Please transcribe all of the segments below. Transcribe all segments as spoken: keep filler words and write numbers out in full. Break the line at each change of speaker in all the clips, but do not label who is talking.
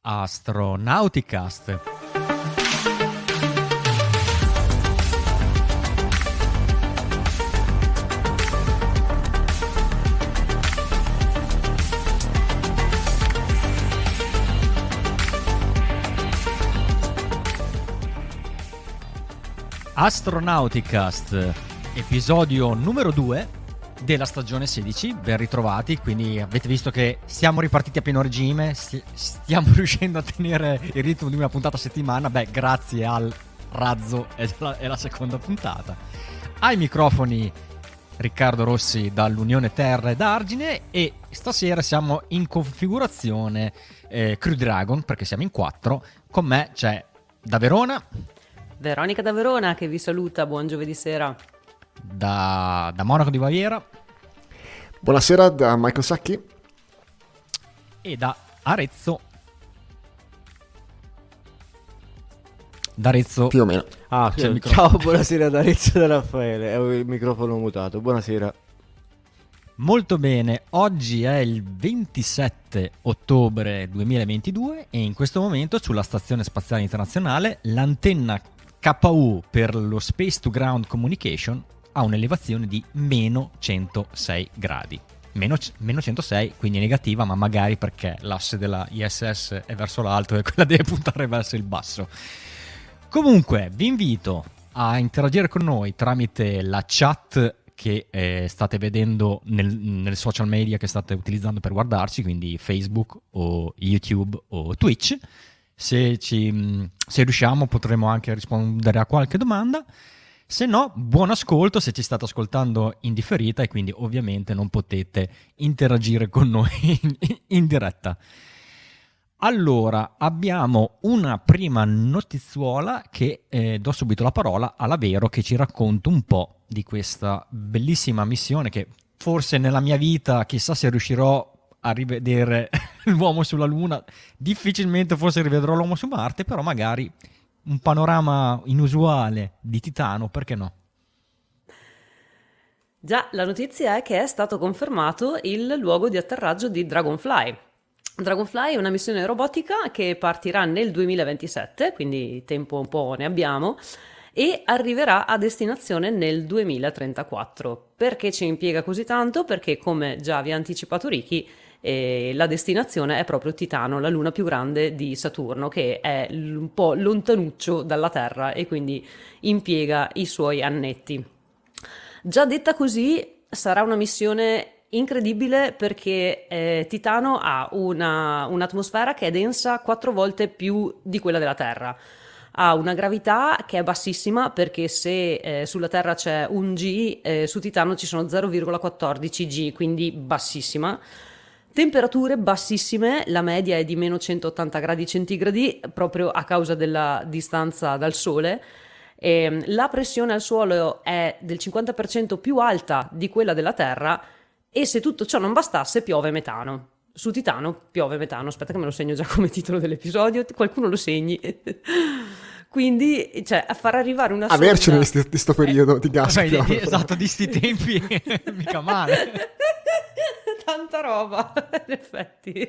Astronauticast. Astronauticast, episodio numero due della stagione sedici. Ben ritrovati, quindi avete visto che siamo ripartiti a pieno regime, stiamo riuscendo a tenere il ritmo di una puntata a settimana. Beh, grazie al razzo è la, è la seconda puntata. Ai microfoni Riccardo Rossi dall'Unione Terra ed Argine, e stasera siamo in configurazione eh, Crew Dragon, perché siamo in quattro. Con me c'è da Verona
Veronica da Verona, che vi saluta, buon giovedì sera.
Da, da Monaco di Baviera.
Buonasera da Michael Sacchi.
E da Arezzo. Da Arezzo.
Più o meno.
Ah,
c'è il
ciao, buonasera da Arezzo da Raffaele. Ho il microfono mutato. Buonasera.
Molto bene, oggi è il ventisette ottobre duemilaventidue e in questo momento sulla Stazione Spaziale Internazionale l'antenna K U per lo Space to Ground Communication ha un'elevazione di meno centosei gradi. Meno, meno centosei, quindi negativa, ma magari perché l'asse della I S S è verso l'alto e quella deve puntare verso il basso. Comunque, vi invito a interagire con noi tramite la chat che eh, state vedendo nel, nel social media che state utilizzando per guardarci, quindi Facebook o YouTube o Twitch. Se, ci, se riusciamo potremo anche rispondere a qualche domanda, se no buon ascolto se ci state ascoltando in differita e quindi ovviamente non potete interagire con noi in, in diretta. Allora, abbiamo una prima notizuola che eh, do subito la parola alla Vero, che ci racconta un po' di questa bellissima missione che forse nella mia vita, chissà se riuscirò a rivedere l'uomo sulla Luna, difficilmente forse rivedrò l'uomo su Marte, però magari un panorama inusuale di Titano, perché no?
Già, la notizia è che è stato confermato il luogo di atterraggio di Dragonfly. Dragonfly è una missione robotica che partirà nel duemilaventisette, quindi tempo un po' ne abbiamo, e arriverà a destinazione nel duemilatrentaquattro. Perché ci impiega così tanto? Perché, come già vi ha anticipato Ricky, eh, la destinazione è proprio Titano, la luna più grande di Saturno, che è un po' lontanuccio dalla Terra e quindi impiega i suoi annetti. Già detta così, sarà una missione incredibile perché eh, Titano ha una, un'atmosfera che è densa quattro volte più di quella della Terra. Ha una gravità che è bassissima perché se eh, sulla Terra c'è un G, eh, su Titano ci sono zero virgola quattordici G, quindi bassissima. Temperature bassissime, la media è di meno centottanta gradi centigradi proprio a causa della distanza dal Sole. E la pressione al suolo è del cinquanta per cento più alta di quella della Terra. E se tutto ciò non bastasse, piove metano. Su Titano piove metano. Aspetta che me lo segno già come titolo dell'episodio. Qualcuno lo segni. Quindi, cioè, a far arrivare una sonda...
Avercene in questo periodo
eh,
di gas.
vabbè, di, di, esatto, di sti tempi mica male.
Tanta roba, in effetti.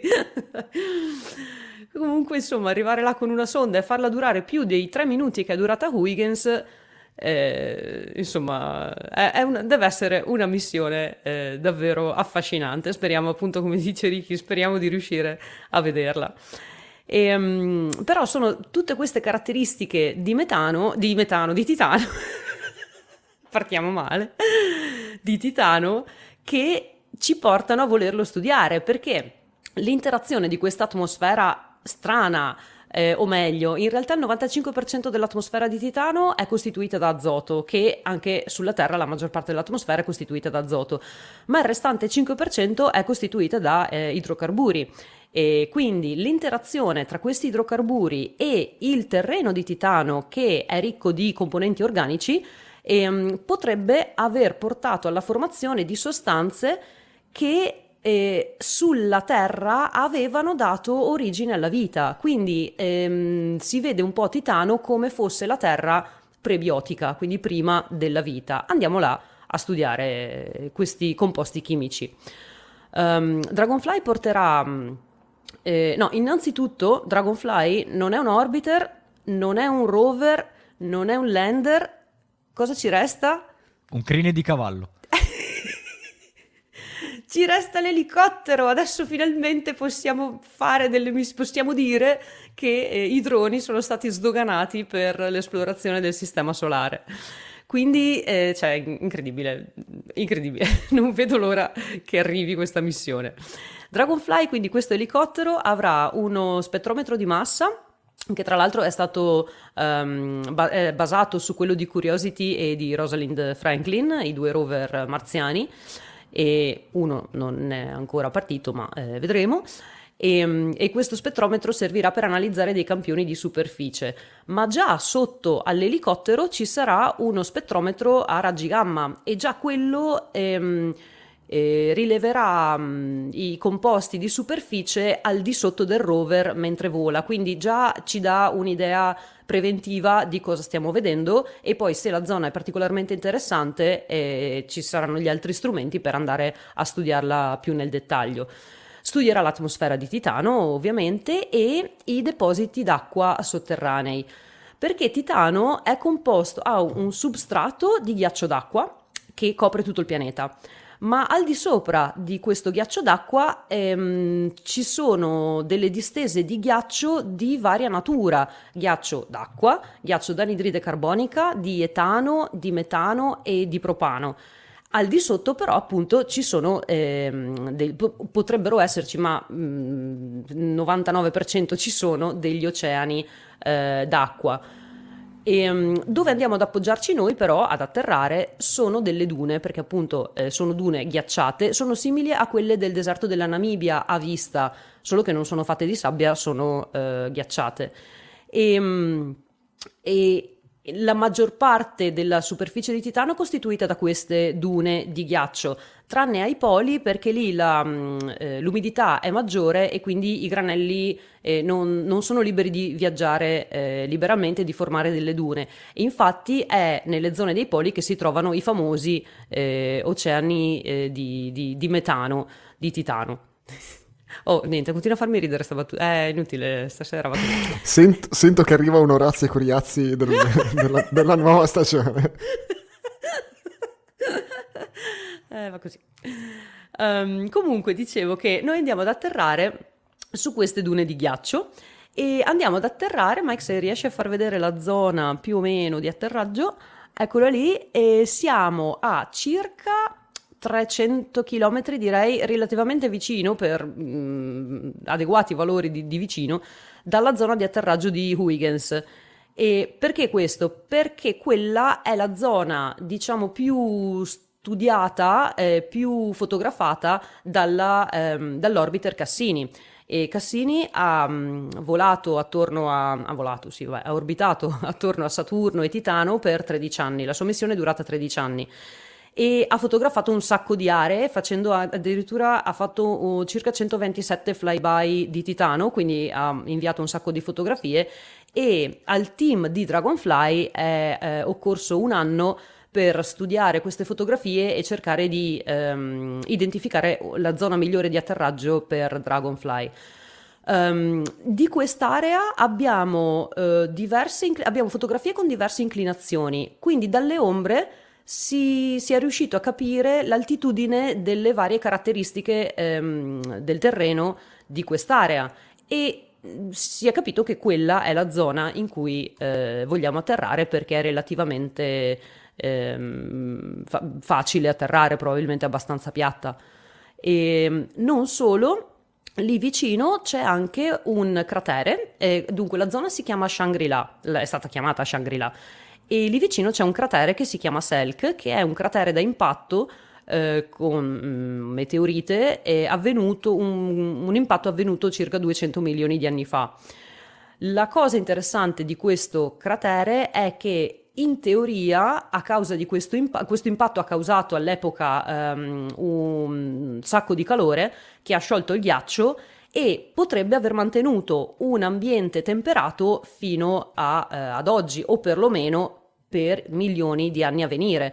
Comunque, insomma, arrivare là con una sonda e farla durare più dei tre minuti che è durata Huygens... Eh, insomma è, è una, deve essere una missione eh, davvero affascinante. Speriamo, appunto, come dice Ricky, speriamo di riuscire a vederla. E, um, però sono tutte queste caratteristiche di metano di metano di Titano partiamo male di Titano che ci portano a volerlo studiare, perché l'interazione di questa atmosfera strana, Eh, o meglio, in realtà il novantacinque per cento dell'atmosfera di Titano è costituita da azoto, che anche sulla Terra la maggior parte dell'atmosfera è costituita da azoto, ma il restante cinque per cento è costituita da eh, idrocarburi. E quindi l'interazione tra questi idrocarburi e il terreno di Titano, che è ricco di componenti organici, ehm, potrebbe aver portato alla formazione di sostanze che Eh, sulla Terra avevano dato origine alla vita. Quindi ehm, si vede un po' Titano come fosse la Terra prebiotica, quindi prima della vita. Andiamo là a studiare questi composti chimici. Um, Dragonfly porterà eh, no, innanzitutto Dragonfly non è un orbiter, non è un rover, non è un lander. Cosa ci resta?
Un crine di cavallo.
Ci resta l'elicottero. Adesso finalmente possiamo fare delle miss- possiamo dire che eh, i droni sono stati sdoganati per l'esplorazione del sistema solare. Quindi, eh, cioè, incredibile, incredibile. Non vedo l'ora che arrivi questa missione. Dragonfly, quindi questo elicottero, avrà uno spettrometro di massa, che tra l'altro è stato um, ba- è basato su quello di Curiosity e di Rosalind Franklin, i due rover marziani, e uno non è ancora partito, ma eh, vedremo. E, e questo spettrometro servirà per analizzare dei campioni di superficie, ma già sotto all'elicottero ci sarà uno spettrometro a raggi gamma, e già quello ehm, eh, rileverà mh, i composti di superficie al di sotto del rover mentre vola, quindi già ci dà un'idea preventiva di cosa stiamo vedendo, e poi se la zona è particolarmente interessante eh, ci saranno gli altri strumenti per andare a studiarla più nel dettaglio. Studierà l'atmosfera di Titano, ovviamente, e i depositi d'acqua sotterranei, perché Titano è composto, ha un substrato di ghiaccio d'acqua che copre tutto il pianeta, ma al di sopra di questo ghiaccio d'acqua ehm, ci sono delle distese di ghiaccio di varia natura: ghiaccio d'acqua, ghiaccio d'anidride carbonica, di etano, di metano e di propano. Al di sotto però appunto ci sono, ehm, dei, potrebbero esserci, ma mh, novantanove per cento ci sono degli oceani eh, d'acqua. E, um, dove andiamo ad appoggiarci noi però ad atterrare sono delle dune, perché appunto eh, sono dune ghiacciate, sono simili a quelle del deserto della Namibia a vista, solo che non sono fatte di sabbia, sono eh, ghiacciate. E, um, e la maggior parte della superficie di Titano è costituita da queste dune di ghiaccio, tranne ai poli, perché lì la, eh, l'umidità è maggiore e quindi i granelli eh, non, non sono liberi di viaggiare eh, liberamente e di formare delle dune. E infatti è nelle zone dei poli che si trovano i famosi eh, oceani eh, di, di, di metano di Titano. Oh, niente, continua a farmi ridere sta battuta. È inutile, stasera va tutto.
Sento, sento che arriva un Orazio e Coriazzi del- della, della nuova stagione.
Eh, va così. Ehm, comunque, dicevo che noi andiamo ad atterrare su queste dune di ghiaccio e andiamo ad atterrare. Mike, se riesci a far vedere la zona più o meno di atterraggio, eccola lì, e siamo a circa trecento chilometri, direi relativamente vicino, per mh, adeguati valori di, di vicino, dalla zona di atterraggio di Huygens. E perché questo? Perché quella è la zona, diciamo, più studiata, eh, più fotografata dalla, ehm, dall'orbiter Cassini. E Cassini ha mh, volato attorno a, ha volato, sì, vabbè, ha orbitato attorno a Saturno e Titano per tredici anni. La sua missione è durata tredici anni. E ha fotografato un sacco di aree, facendo addirittura ha fatto uh, circa centoventisette flyby di Titano, quindi ha inviato un sacco di fotografie, e al team di Dragonfly è eh, occorso un anno per studiare queste fotografie e cercare di ehm, identificare la zona migliore di atterraggio per Dragonfly. Um, di quest'area abbiamo, uh, diverse incl- abbiamo fotografie con diverse inclinazioni, quindi dalle ombre Si, si è riuscito a capire l'altitudine delle varie caratteristiche ehm, del terreno di quest'area, e si è capito che quella è la zona in cui eh, vogliamo atterrare, perché è relativamente ehm, fa- facile atterrare, probabilmente abbastanza piatta. E non solo, lì vicino c'è anche un cratere, e dunque la zona si chiama Shangri-La, è stata chiamata Shangri-La. E lì vicino c'è un cratere che si chiama Selk, che è un cratere da impatto eh, con mm, meteorite, è avvenuto un, un impatto avvenuto circa duecento milioni di anni fa. La cosa interessante di questo cratere è che in teoria, a causa di questo, imp- questo impatto ha causato all'epoca um, un sacco di calore che ha sciolto il ghiaccio e potrebbe aver mantenuto un ambiente temperato fino a, eh, ad oggi, o perlomeno per milioni di anni a venire.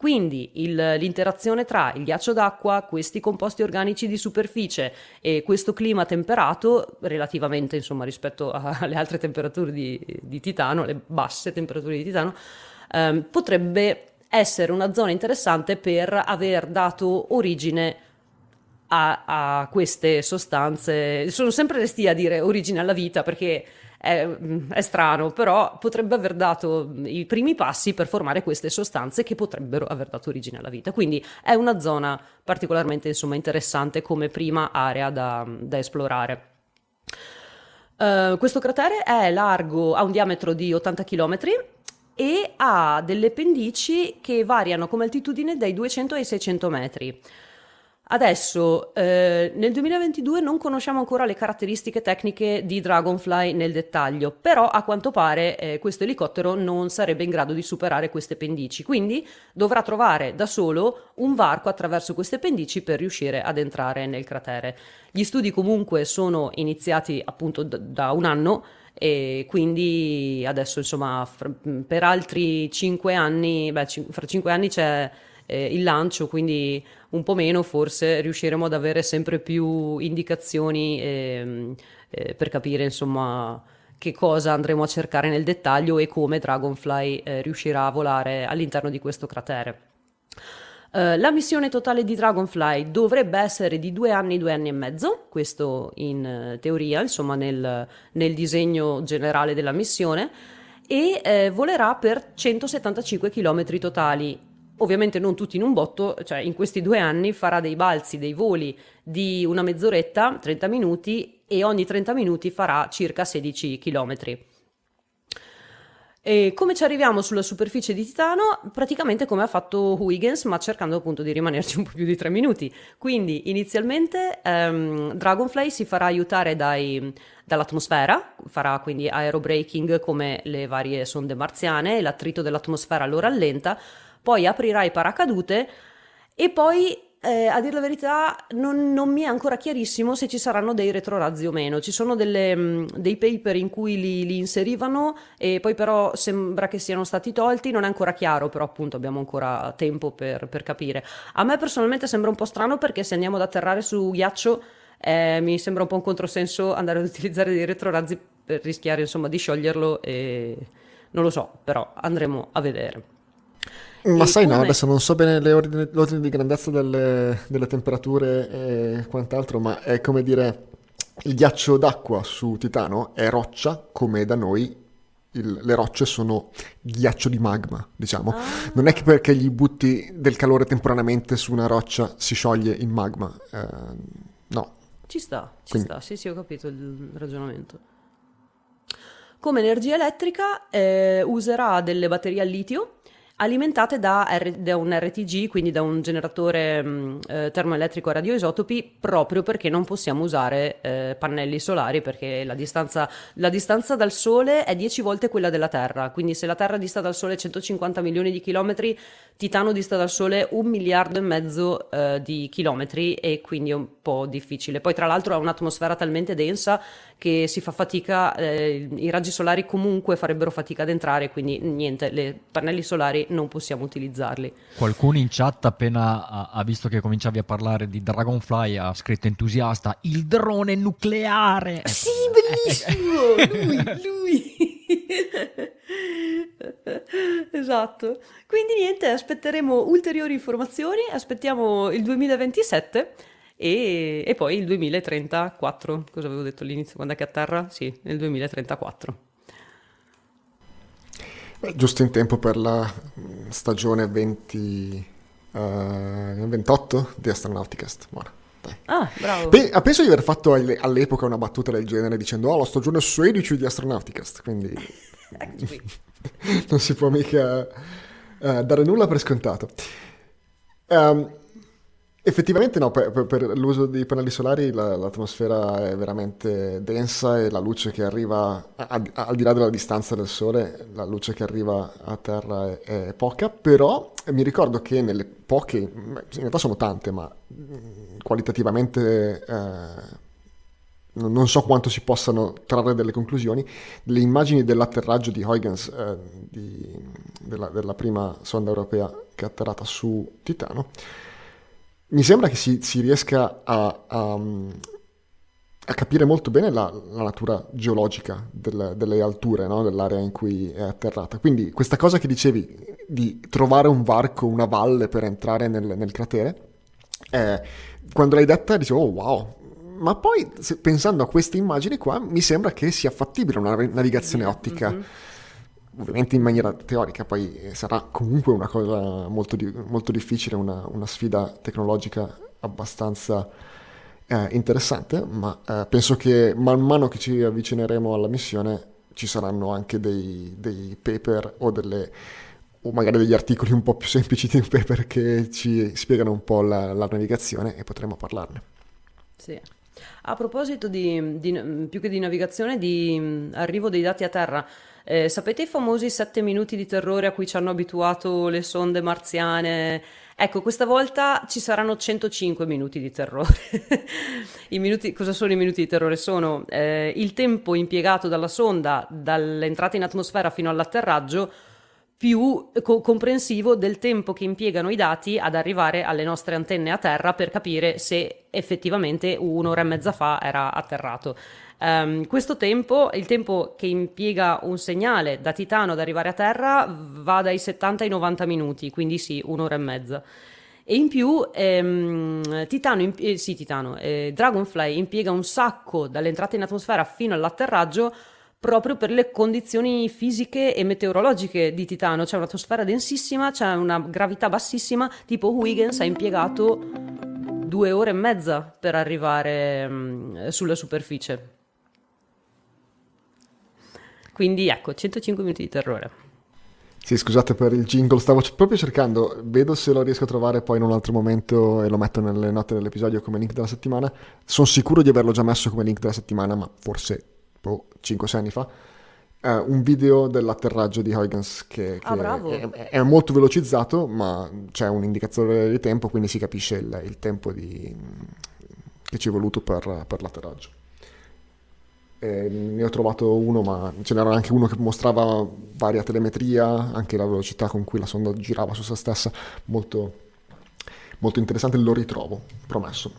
Quindi il, l'interazione tra il ghiaccio d'acqua, questi composti organici di superficie e questo clima temperato, relativamente insomma rispetto alle altre temperature di, di Titano, le basse temperature di Titano, ehm, potrebbe essere una zona interessante per aver dato origine a, a queste sostanze. Sono sempre restia a dire origine alla vita perché È, è strano, però potrebbe aver dato i primi passi per formare queste sostanze che potrebbero aver dato origine alla vita. Quindi è una zona particolarmente insomma interessante come prima area da, da esplorare. Uh, questo cratere è largo, ha un diametro di ottanta chilometri e ha delle pendici che variano come altitudine dai duecento ai seicento metri. Adesso, eh, nel duemilaventidue non conosciamo ancora le caratteristiche tecniche di Dragonfly nel dettaglio, però a quanto pare eh, questo elicottero non sarebbe in grado di superare queste pendici, quindi dovrà trovare da solo un varco attraverso queste pendici per riuscire ad entrare nel cratere. Gli studi comunque sono iniziati appunto d- da un anno e quindi adesso insomma fr- per altri cinque anni, beh, c- fra cinque anni c'è eh, il lancio, quindi un po' meno forse riusciremo ad avere sempre più indicazioni eh, eh, per capire insomma che cosa andremo a cercare nel dettaglio e come Dragonfly eh, riuscirà a volare all'interno di questo cratere. Uh, la missione totale di Dragonfly dovrebbe essere di due anni, due anni e mezzo, questo in uh, teoria, insomma nel, nel disegno generale della missione, e eh, volerà per centosettantacinque chilometri totali. Ovviamente non tutti in un botto, cioè in questi due anni farà dei balzi, dei voli di una mezz'oretta, trenta minuti, e ogni trenta minuti farà circa sedici chilometri. E come ci arriviamo sulla superficie di Titano? Praticamente come ha fatto Huygens, ma cercando appunto di rimanerci un po' più di tre minuti. Quindi inizialmente ehm, Dragonfly si farà aiutare dai, dall'atmosfera, farà quindi aerobraking come le varie sonde marziane, e l'attrito dell'atmosfera lo rallenta, poi aprirà i paracadute e poi, eh, a dire la verità, non, non mi è ancora chiarissimo se ci saranno dei retrorazzi o meno. Ci sono delle, mh, dei paper in cui li, li inserivano e poi però sembra che siano stati tolti, non è ancora chiaro, però appunto abbiamo ancora tempo per, per capire. A me personalmente sembra un po' strano perché se andiamo ad atterrare su ghiaccio eh, mi sembra un po' un controsenso andare ad utilizzare dei retrorazzi per rischiare insomma di scioglierlo e non lo so, però andremo a vedere.
Ma
E
sai,
come...
no, adesso non so bene le ordini, l'ordine di grandezza delle, delle temperature e quant'altro, ma è come dire, il ghiaccio d'acqua su Titano è roccia, come da noi il- le rocce sono ghiaccio di magma, diciamo.
Ah,
Non è che perché gli butti del calore temporaneamente su una roccia si scioglie in magma, eh, no.
ci sta, ci
Quindi-
sta, sì sì, ho capito il ragionamento. Come energia elettrica eh, userà delle batterie al litio alimentate da, R- da un R T G, quindi da un generatore mh, eh, termoelettrico a radioisotopi, proprio perché non possiamo usare eh, pannelli solari, perché la distanza, la distanza dal Sole è dieci volte quella della Terra, quindi se la Terra dista dal Sole centocinquanta milioni di chilometri, Titano dista dal Sole un miliardo e mezzo eh, di chilometri, e quindi è un po' difficile. Poi tra l'altro ha un'atmosfera talmente densa che si fa fatica, eh, i raggi solari comunque farebbero fatica ad entrare, quindi niente, i pannelli solari non possiamo utilizzarli.
Qualcuno in chat appena ha, ha visto che cominciavi a parlare di Dragonfly ha scritto entusiasta: il drone nucleare!
Sì, bellissimo! Lui, lui! Esatto. Quindi niente, aspetteremo ulteriori informazioni, aspettiamo il duemilaventisette e, e poi il duemilatrentaquattro. Cosa avevo detto all'inizio? Quando è che atterra? Sì, nel duemilatrentaquattro.
Beh, giusto in tempo per la mm, stagione venti, eh, ventotto di Astronauticast. Buona, dai.
Ah, bravo.
Pe- ah, penso di aver fatto alle- all'epoca una battuta del genere dicendo oh, la stagione sedici di Astronauticast, quindi
Eccoci qui.
non si può mica eh, dare nulla per scontato. Ehm, effettivamente no, per, per- per l'uso di pannelli solari la- l'atmosfera è veramente densa e la luce che arriva, a- a- al di là della distanza del Sole, la luce che arriva a terra è, è poca, però mi ricordo che nelle poche, in realtà sono tante, ma mm, qualitativamente eh, non non so quanto si possano trarre delle conclusioni. Le immagini dell'atterraggio di Huygens, eh, di- della, della prima sonda europea che è atterrata su Titano, mi sembra che si, si riesca a, a, a capire molto bene la, la natura geologica del, delle alture, no? Dell'area in cui è atterrata. Quindi questa cosa che dicevi di trovare un varco, una valle per entrare nel, nel cratere, eh, quando l'hai detta dicevo oh wow, ma poi se, pensando a queste immagini qua mi sembra che sia fattibile una navigazione ottica, mm-hmm. ovviamente in maniera teorica, poi sarà comunque una cosa molto, di, molto difficile, una, una sfida tecnologica abbastanza eh, interessante, ma eh, penso che man mano che ci avvicineremo alla missione ci saranno anche dei, dei paper o delle o magari degli articoli un po' più semplici di un paper che ci spiegano un po' la, la navigazione e potremo parlarne.
Sì. A proposito di, di più che di navigazione, di arrivo dei dati a terra, eh, sapete i famosi sette minuti di terrore a cui ci hanno abituato le sonde marziane? Ecco, questa volta ci saranno centocinque minuti di terrore. I minuti, cosa sono i minuti di terrore? Sono eh, il tempo impiegato dalla sonda dall'entrata in atmosfera fino all'atterraggio, più co- comprensivo del tempo che impiegano i dati ad arrivare alle nostre antenne a terra per capire se effettivamente un'ora e mezza fa era atterrato. Um, questo tempo, il tempo che impiega un segnale da Titano ad arrivare a terra, va dai settanta ai novanta minuti, quindi sì, un'ora e mezza. E in più ehm, Titano, imp- eh, sì, Titano eh, Dragonfly impiega un sacco dall'entrata in atmosfera fino all'atterraggio, proprio per le condizioni fisiche e meteorologiche di Titano. C'è un'atmosfera densissima, c'è una gravità bassissima, tipo Huygens ha impiegato due ore e mezza per arrivare mh, sulla superficie. Quindi ecco, centocinque minuti di terrore.
Sì, scusate per il jingle, stavo proprio cercando, vedo se lo riesco a trovare poi in un altro momento e lo metto nelle note dell'episodio come link della settimana. Sono sicuro di averlo già messo come link della settimana, ma forse cinque sei anni fa, uh, un video dell'atterraggio di Huygens che, che
ah,
è, è molto velocizzato, ma c'è un indicatore di tempo, quindi si capisce il, il tempo di, che ci è voluto per, per l'atterraggio. E ne ho trovato uno, ma ce n'era anche uno che mostrava varia telemetria, anche la velocità con cui la sonda girava su se stessa, molto, molto interessante, lo ritrovo, promesso.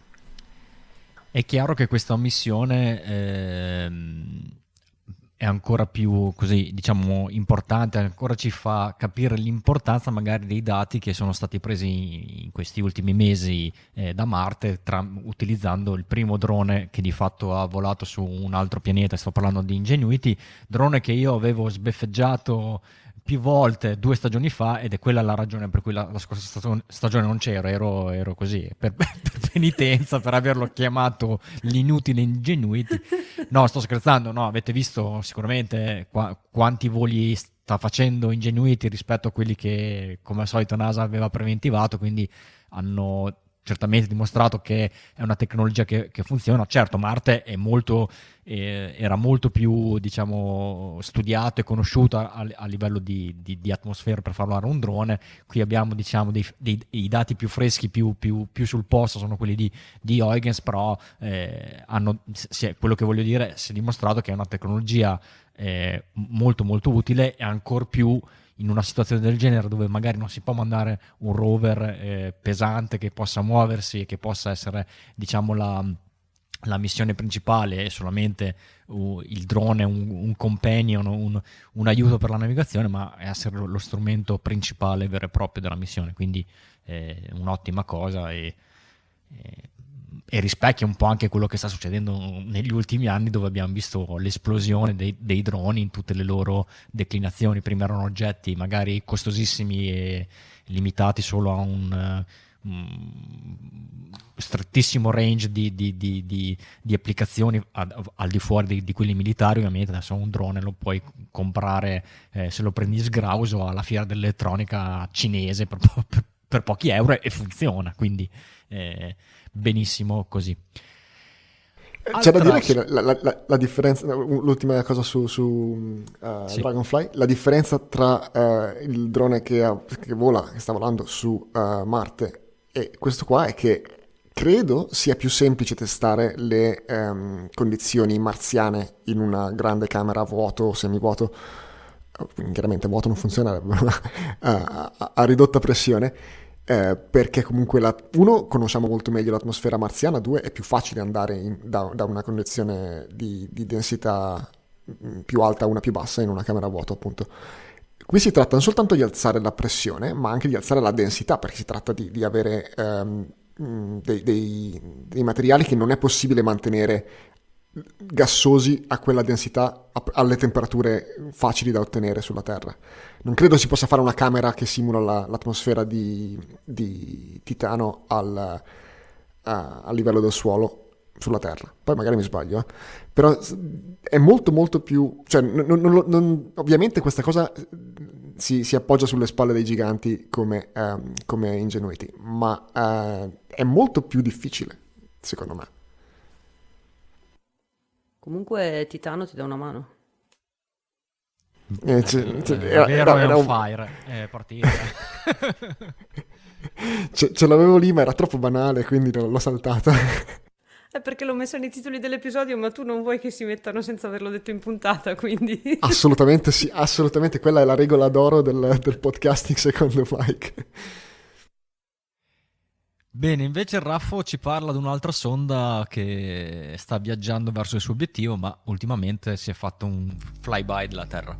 È chiaro che questa missione ehm, è ancora più così, diciamo, importante, ancora ci fa capire l'importanza magari dei dati che sono stati presi in questi ultimi mesi eh, da Marte, tra, utilizzando il primo drone che di fatto ha volato su un altro pianeta. Sto parlando di Ingenuity, drone che io avevo sbeffeggiato più volte due stagioni fa, ed è quella la ragione per cui la, la scorsa stagione, stagione non c'ero, ero, ero così, per, per penitenza, per averlo chiamato l'inutile Ingenuity. No, sto scherzando, no, avete visto sicuramente qua, quanti voli sta facendo Ingenuity rispetto a quelli che come al solito NASA aveva preventivato, quindi hanno certamente dimostrato che è una tecnologia che, che funziona. Certo, Marte è molto, eh, era molto più, diciamo, studiato e conosciuto a, a livello di, di, di atmosfera per far volare un drone. Qui abbiamo, diciamo, dei, dei, dei dati più freschi, più, più, più sul posto, sono quelli di, di Huygens, però eh, hanno, si è, quello che voglio dire, si è dimostrato che è una tecnologia eh, molto molto utile, e ancor più in una situazione del genere, dove magari non si può mandare un rover eh, pesante che possa muoversi e che possa essere, diciamo, la, la missione principale, è solamente uh, il drone, un, un companion, un, un aiuto per la navigazione, ma è essere lo strumento principale vero e proprio della missione. Quindi è eh, un'ottima cosa, e, e e rispecchia un po' anche quello che sta succedendo negli ultimi anni, dove abbiamo visto l'esplosione dei, dei droni in tutte le loro declinazioni. Prima erano oggetti magari costosissimi e limitati solo a un um, strettissimo range di, di, di, di, di applicazioni ad, al di fuori di, di quelli militari. Ovviamente adesso un drone lo puoi comprare, eh, se lo prendi sgrauso, alla fiera dell'elettronica cinese per, per, per pochi euro, e funziona, quindi eh, benissimo così.
C'è da dire che la, la, la, la differenza, l'ultima cosa su, su uh, sì. Dragonfly, la differenza tra uh, il drone che, ha, che vola, che sta volando su uh, Marte, e questo qua è che credo sia più semplice testare le um, condizioni marziane in una grande camera a vuoto o semivuoto chiaramente vuoto non funziona a, a, a ridotta pressione, eh, perché comunque la, uno, conosciamo molto meglio l'atmosfera marziana, due, è più facile andare in, da, da una condizione di, di densità più alta a una più bassa in una camera a vuoto, appunto. Qui si tratta non soltanto di alzare la pressione, ma anche di alzare la densità, perché si tratta di, di avere um, dei, dei, dei materiali che non è possibile mantenere gassosi a quella densità a, alle temperature facili da ottenere sulla Terra. Non credo si possa fare una camera che simula la, l'atmosfera di, di Titano al, a, a livello del suolo sulla Terra. Poi magari mi sbaglio, eh. Però è molto molto più, cioè, non, non, non, ovviamente questa cosa si, si appoggia sulle spalle dei giganti come, um, come Ingenuity, ma uh, è molto più difficile, secondo me.
Comunque Titano ti dà una mano.
Eh, c- c-
eh,
era,
è vero,
era,
è
era
on
un...
fire, è partita.
ce, ce l'avevo lì, ma era troppo banale, quindi l'ho saltata.
È perché l'ho messa nei titoli dell'episodio, ma tu non vuoi che si mettano senza averlo detto in puntata, quindi...
Assolutamente sì, assolutamente. Quella è la regola d'oro del, del podcasting, secondo Mike.
Bene, invece il Raffo ci parla di un'altra sonda che sta viaggiando verso il suo obiettivo, ma ultimamente si è fatto un flyby della Terra.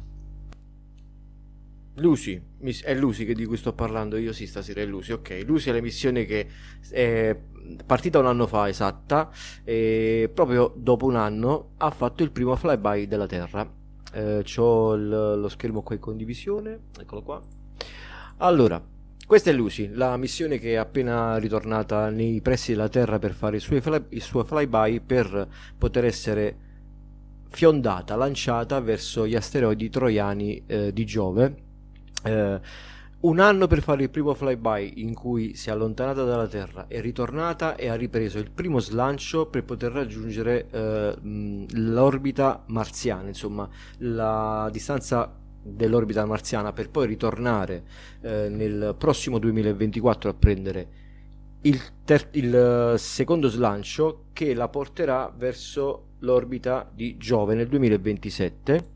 Lucy, è Lucy che di cui sto parlando io, sì, stasera è Lucy, ok. Lucy è la missione che è partita un anno fa esatta, e proprio dopo un anno ha fatto il primo flyby della Terra. Eh, c'ho il, lo schermo qua in condivisione, eccolo qua. Allora, questa è Lucy, la missione che è appena ritornata nei pressi della Terra per fare il suo, fly, il suo flyby, per poter essere fiondata, lanciata verso gli asteroidi troiani eh, di Giove. Eh, un anno per fare il primo flyby, in cui si è allontanata dalla Terra, è ritornata e ha ripreso il primo slancio per poter raggiungere eh, l'orbita marziana, insomma la distanza dell'orbita marziana, per poi ritornare eh, nel prossimo duemilaventiquattro a prendere il, ter- il secondo slancio che la porterà verso l'orbita di Giove nel duemilaventisette.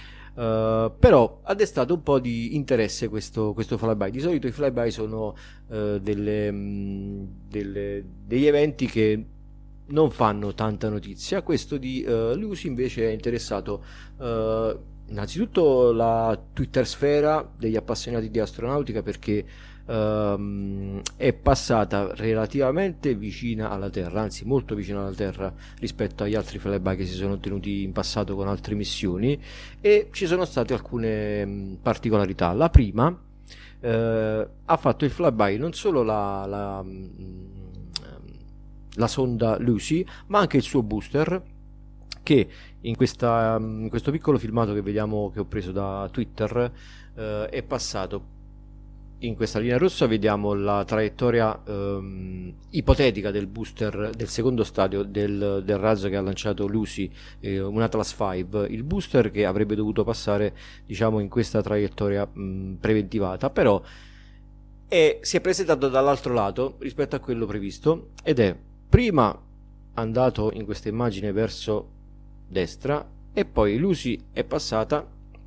Uh, però ha destato un po' di interesse questo, questo flyby. Di solito i flyby sono uh, delle, mh, delle, degli eventi che non fanno tanta notizia. Questo di uh, Lucy invece è interessato uh, innanzitutto la Twitter sfera degli appassionati di astronautica, perché Uh, è passata relativamente vicina alla Terra, anzi molto vicina alla Terra rispetto agli altri flyby che si sono ottenuti in passato con altre missioni, e ci sono state alcune mh, particolarità. La prima, uh, ha fatto il flyby non solo la, la, mh, la sonda Lucy, ma anche il suo booster, che in, questa, in questo piccolo filmato che vediamo, che ho preso da Twitter, uh, è passato. In questa linea rossa vediamo la traiettoria ehm, ipotetica del booster del secondo stadio del, del razzo che ha lanciato Lucy, eh, un Atlas cinque, il booster che avrebbe dovuto passare, diciamo, in questa traiettoria mh, preventivata, però è, si è presentato dall'altro lato rispetto a quello previsto, ed è prima andato in questa immagine verso destra, e poi Lucy è passata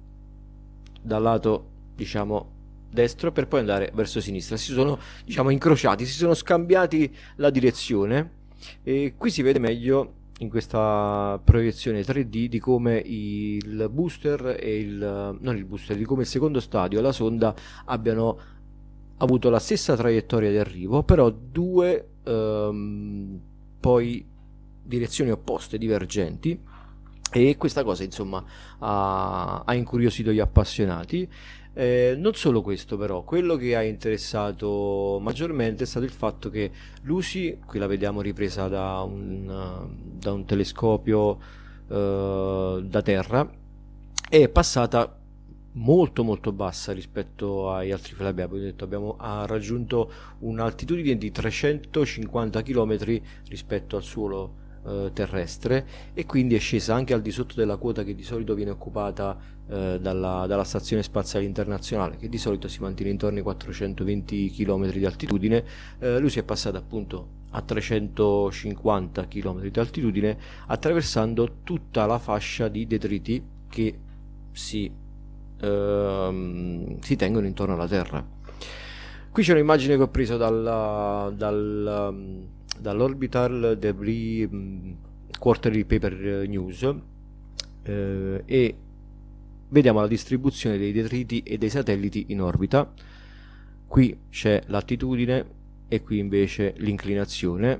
dal lato, diciamo, destro, per poi andare verso sinistra. Si sono, diciamo, incrociati, si sono scambiati la direzione, e qui si vede meglio in questa proiezione tre D di come il booster e il non il booster, di come il secondo stadio e la sonda abbiano avuto la stessa traiettoria di arrivo, però due ehm, poi direzioni opposte, divergenti, e questa cosa, insomma, ha, ha incuriosito gli appassionati. Eh, non solo questo, però quello che ha interessato maggiormente è stato il fatto che Lucy, qui la vediamo ripresa da un, da un telescopio eh, da terra, è passata molto molto bassa rispetto agli altri flyby. Abbiamo detto, abbiamo ha raggiunto un'altitudine di trecentocinquanta chilometri rispetto al suolo eh, terrestre, e quindi è scesa anche al di sotto della quota che di solito viene occupata eh, dalla, dalla Stazione Spaziale Internazionale, che di solito si mantiene intorno ai quattrocentoventi chilometri di altitudine. Eh, lui si è passata appunto a trecentocinquanta chilometri di altitudine, attraversando tutta la fascia di detriti che si ehm, si tengono intorno alla Terra. Qui c'è un'immagine che ho preso dalla, dal, dall'Orbital Debris Quarterly Paper News eh, e vediamo la distribuzione dei detriti e dei satelliti in orbita. Qui c'è l'attitudine e qui invece l'inclinazione,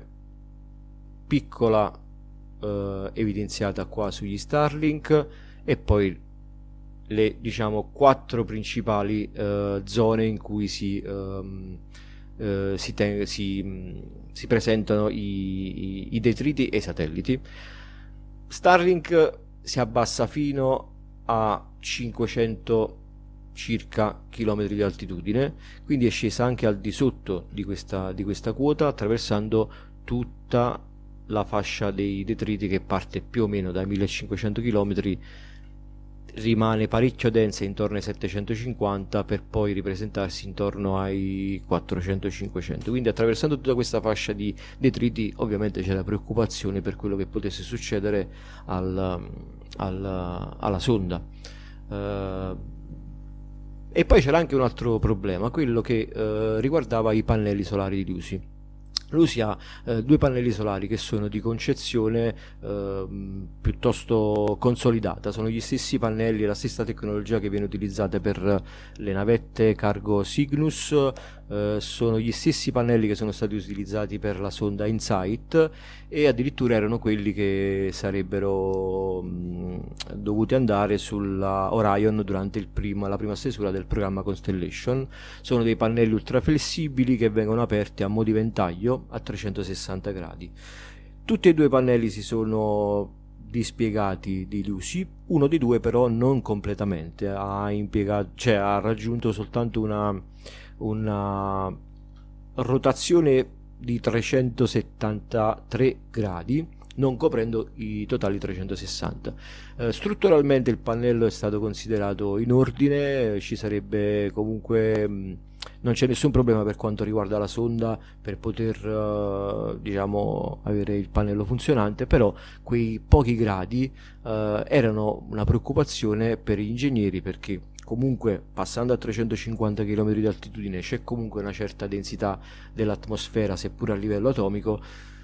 piccola eh, evidenziata qua sugli Starlink, e poi le diciamo quattro principali eh, zone in cui si, ehm, eh, si, ten- si, si presentano i, i, i detriti e i satelliti. Starlink si abbassa fino a cinquecento circa chilometri di altitudine, quindi è scesa anche al di sotto di questa, di questa quota, attraversando tutta la fascia dei detriti che parte più o meno dai millecinquecento chilometri, rimane parecchio densa intorno ai settecentocinquanta per poi ripresentarsi intorno ai quattrocento cinquecento. Quindi attraversando tutta questa fascia di detriti ovviamente c'è la preoccupazione per quello che potesse succedere al, al, alla sonda. Uh, e poi c'era anche un altro problema, quello che uh, riguardava i pannelli solari di Lucy. Lucy ha eh, due pannelli solari che sono di concezione eh, piuttosto consolidata, sono gli stessi pannelli e la stessa tecnologia che viene utilizzata per le navette cargo Cygnus, eh, sono gli stessi pannelli che sono stati utilizzati per la sonda InSight e addirittura erano quelli che sarebbero mh, dovuti andare sulla Orion durante il primo, la prima stesura del programma Constellation. Sono dei pannelli ultra flessibili che vengono aperti a mo' di ventaglio a trecentosessanta gradi. Tutti e due i pannelli si sono dispiegati di Lucy, uno dei due però non completamente, ha impiegato, cioè ha raggiunto soltanto una, una rotazione di trecentosettantatré gradi, non coprendo i totali trecentosessanta. Eh, strutturalmente il pannello è stato considerato in ordine, ci sarebbe comunque mh, non c'è nessun problema per quanto riguarda la sonda per poter uh, diciamo avere il pannello funzionante, però quei pochi gradi uh, erano una preoccupazione per gli ingegneri, perché comunque passando a trecentocinquanta chilometri di altitudine c'è comunque una certa densità dell'atmosfera, seppur a livello atomico,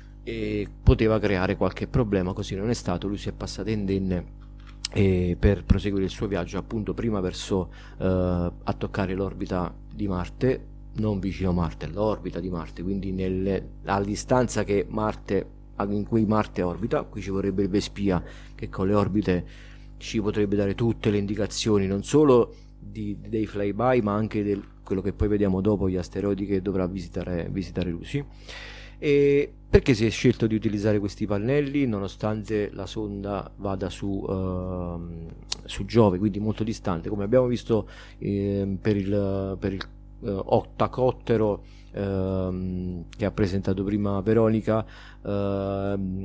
e poteva creare qualche problema. Così non è stato, lui si è passato indenne e per proseguire il suo viaggio appunto prima verso uh, a toccare l'orbita di Marte, non vicino a Marte, all'orbita di Marte, quindi nelle, alla distanza che Marte, in cui Marte orbita. Qui ci vorrebbe il Vespia che con le orbite ci potrebbe dare tutte le indicazioni, non solo di, dei flyby ma anche di quello che poi vediamo dopo, gli asteroidi che dovrà visitare, visitare Lucy. E perché si è scelto di utilizzare questi pannelli nonostante la sonda vada su, uh, su Giove, quindi molto distante, come abbiamo visto eh, per il, per il uh, ottacottero uh, che ha presentato prima Veronica. Uh,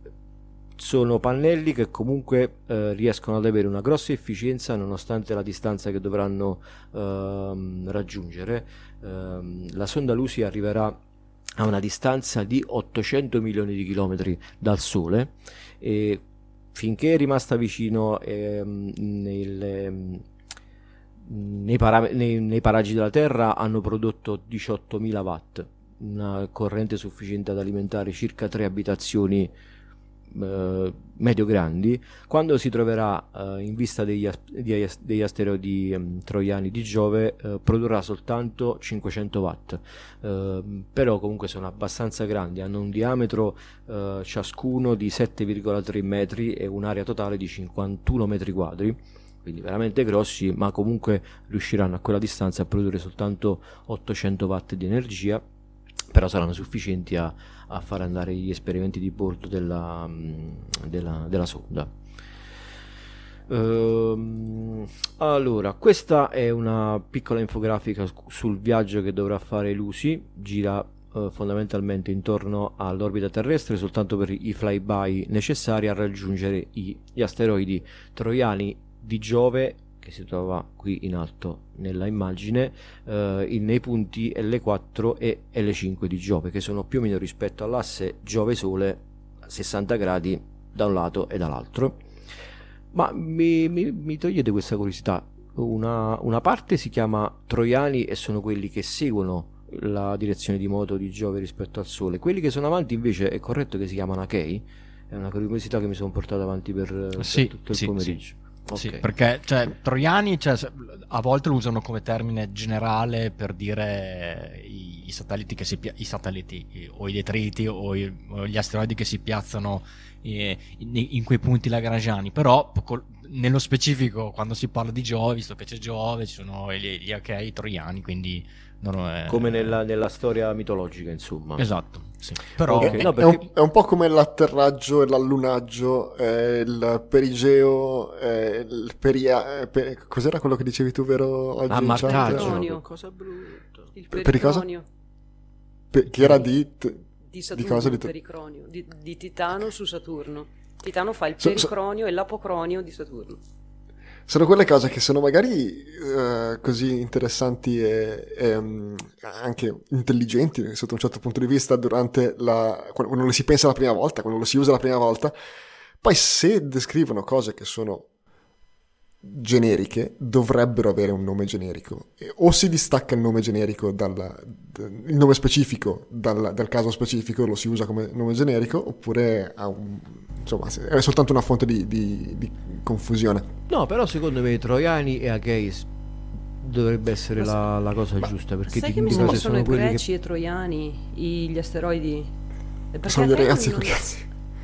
sono pannelli che comunque uh, riescono ad avere una grossa efficienza nonostante la distanza che dovranno uh, raggiungere. Uh, la sonda Lucy arriverà a una distanza di ottocento milioni di chilometri dal Sole e finché è rimasta vicino ehm, nel, nei, para- nei, nei paraggi della Terra hanno prodotto diciottomila watt, una corrente sufficiente ad alimentare circa tre abitazioni Uh, medio grandi. Quando si troverà uh, in vista degli, as- degli asteroidi um, troiani di Giove uh, produrrà soltanto cinquecento watt, uh, però comunque sono abbastanza grandi, hanno un diametro uh, ciascuno di sette virgola tre metri e un'area totale di cinquantuno metri quadri, quindi veramente grossi, ma comunque riusciranno a quella distanza a produrre soltanto ottocento watt di energia, però saranno sufficienti a, a far andare gli esperimenti di bordo della, della, della sonda. Ehm, allora, questa è una piccola infografica sul viaggio che dovrà fare Lucy. Gira eh, fondamentalmente intorno all'orbita terrestre soltanto per i flyby necessari a raggiungere i, gli asteroidi troiani di Giove, che si trova qui in alto nella immagine, eh, in, nei punti L quattro e L cinque di Giove, che sono più o meno rispetto all'asse Giove-Sole sessanta gradi da un lato e dall'altro. Ma mi, mi, mi togliete questa curiosità: una, una parte si chiama troiani e sono quelli che seguono la direzione di moto di Giove rispetto al Sole. Quelli che sono avanti invece è corretto che si chiamano Achei? È una curiosità che mi sono portato avanti per, per
sì,
tutto il
sì,
pomeriggio.
Sì.
Okay.
Sì, perché cioè, troiani cioè, a volte lo usano come termine generale per dire i, i satelliti che si pia- i satelliti o i detriti o, i, o gli asteroidi che si piazzano eh, in, in quei punti lagrangiani, però col, nello specifico quando si parla di Giove, visto che c'è Giove, ci sono gli, gli Achei troiani, quindi non è,
come nella, nella storia mitologica, insomma.
Esatto, sì. Però
okay.
è,
no,
perché... è, un, è un po' come l'atterraggio e l'allunaggio, eh, il perigeo, eh, il peria... Eh, per... cos'era quello che dicevi tu, vero? Oggi
ah,
marcaggio.
Cosa brutta.
Il
pericronio. Per, che era di...
Di Saturno,
di cosa? Di,
pericronio, di, di Titano su Saturno. Titano fa il
so,
pericronio
so...
e l'apocronio di Saturno.
Sono quelle cose che sono magari uh, così interessanti e, e um, anche intelligenti sotto un certo punto di vista durante la... quando le si pensa la prima volta, quando lo si usa la prima volta. Poi se descrivono cose che sono generiche, dovrebbero avere un nome generico. E o si distacca il nome generico dal il nome specifico dal, dal caso specifico, lo si usa come nome generico, oppure ha un, insomma, è soltanto una fonte di, di, di confusione.
No, però secondo me troiani e Achei dovrebbe essere la, la cosa
ma
giusta, perché
sai
ti
che mi sono, sono i greci
che...
e troiani, gli asteroidi.
Perché sono dei ragazzi con cazzi.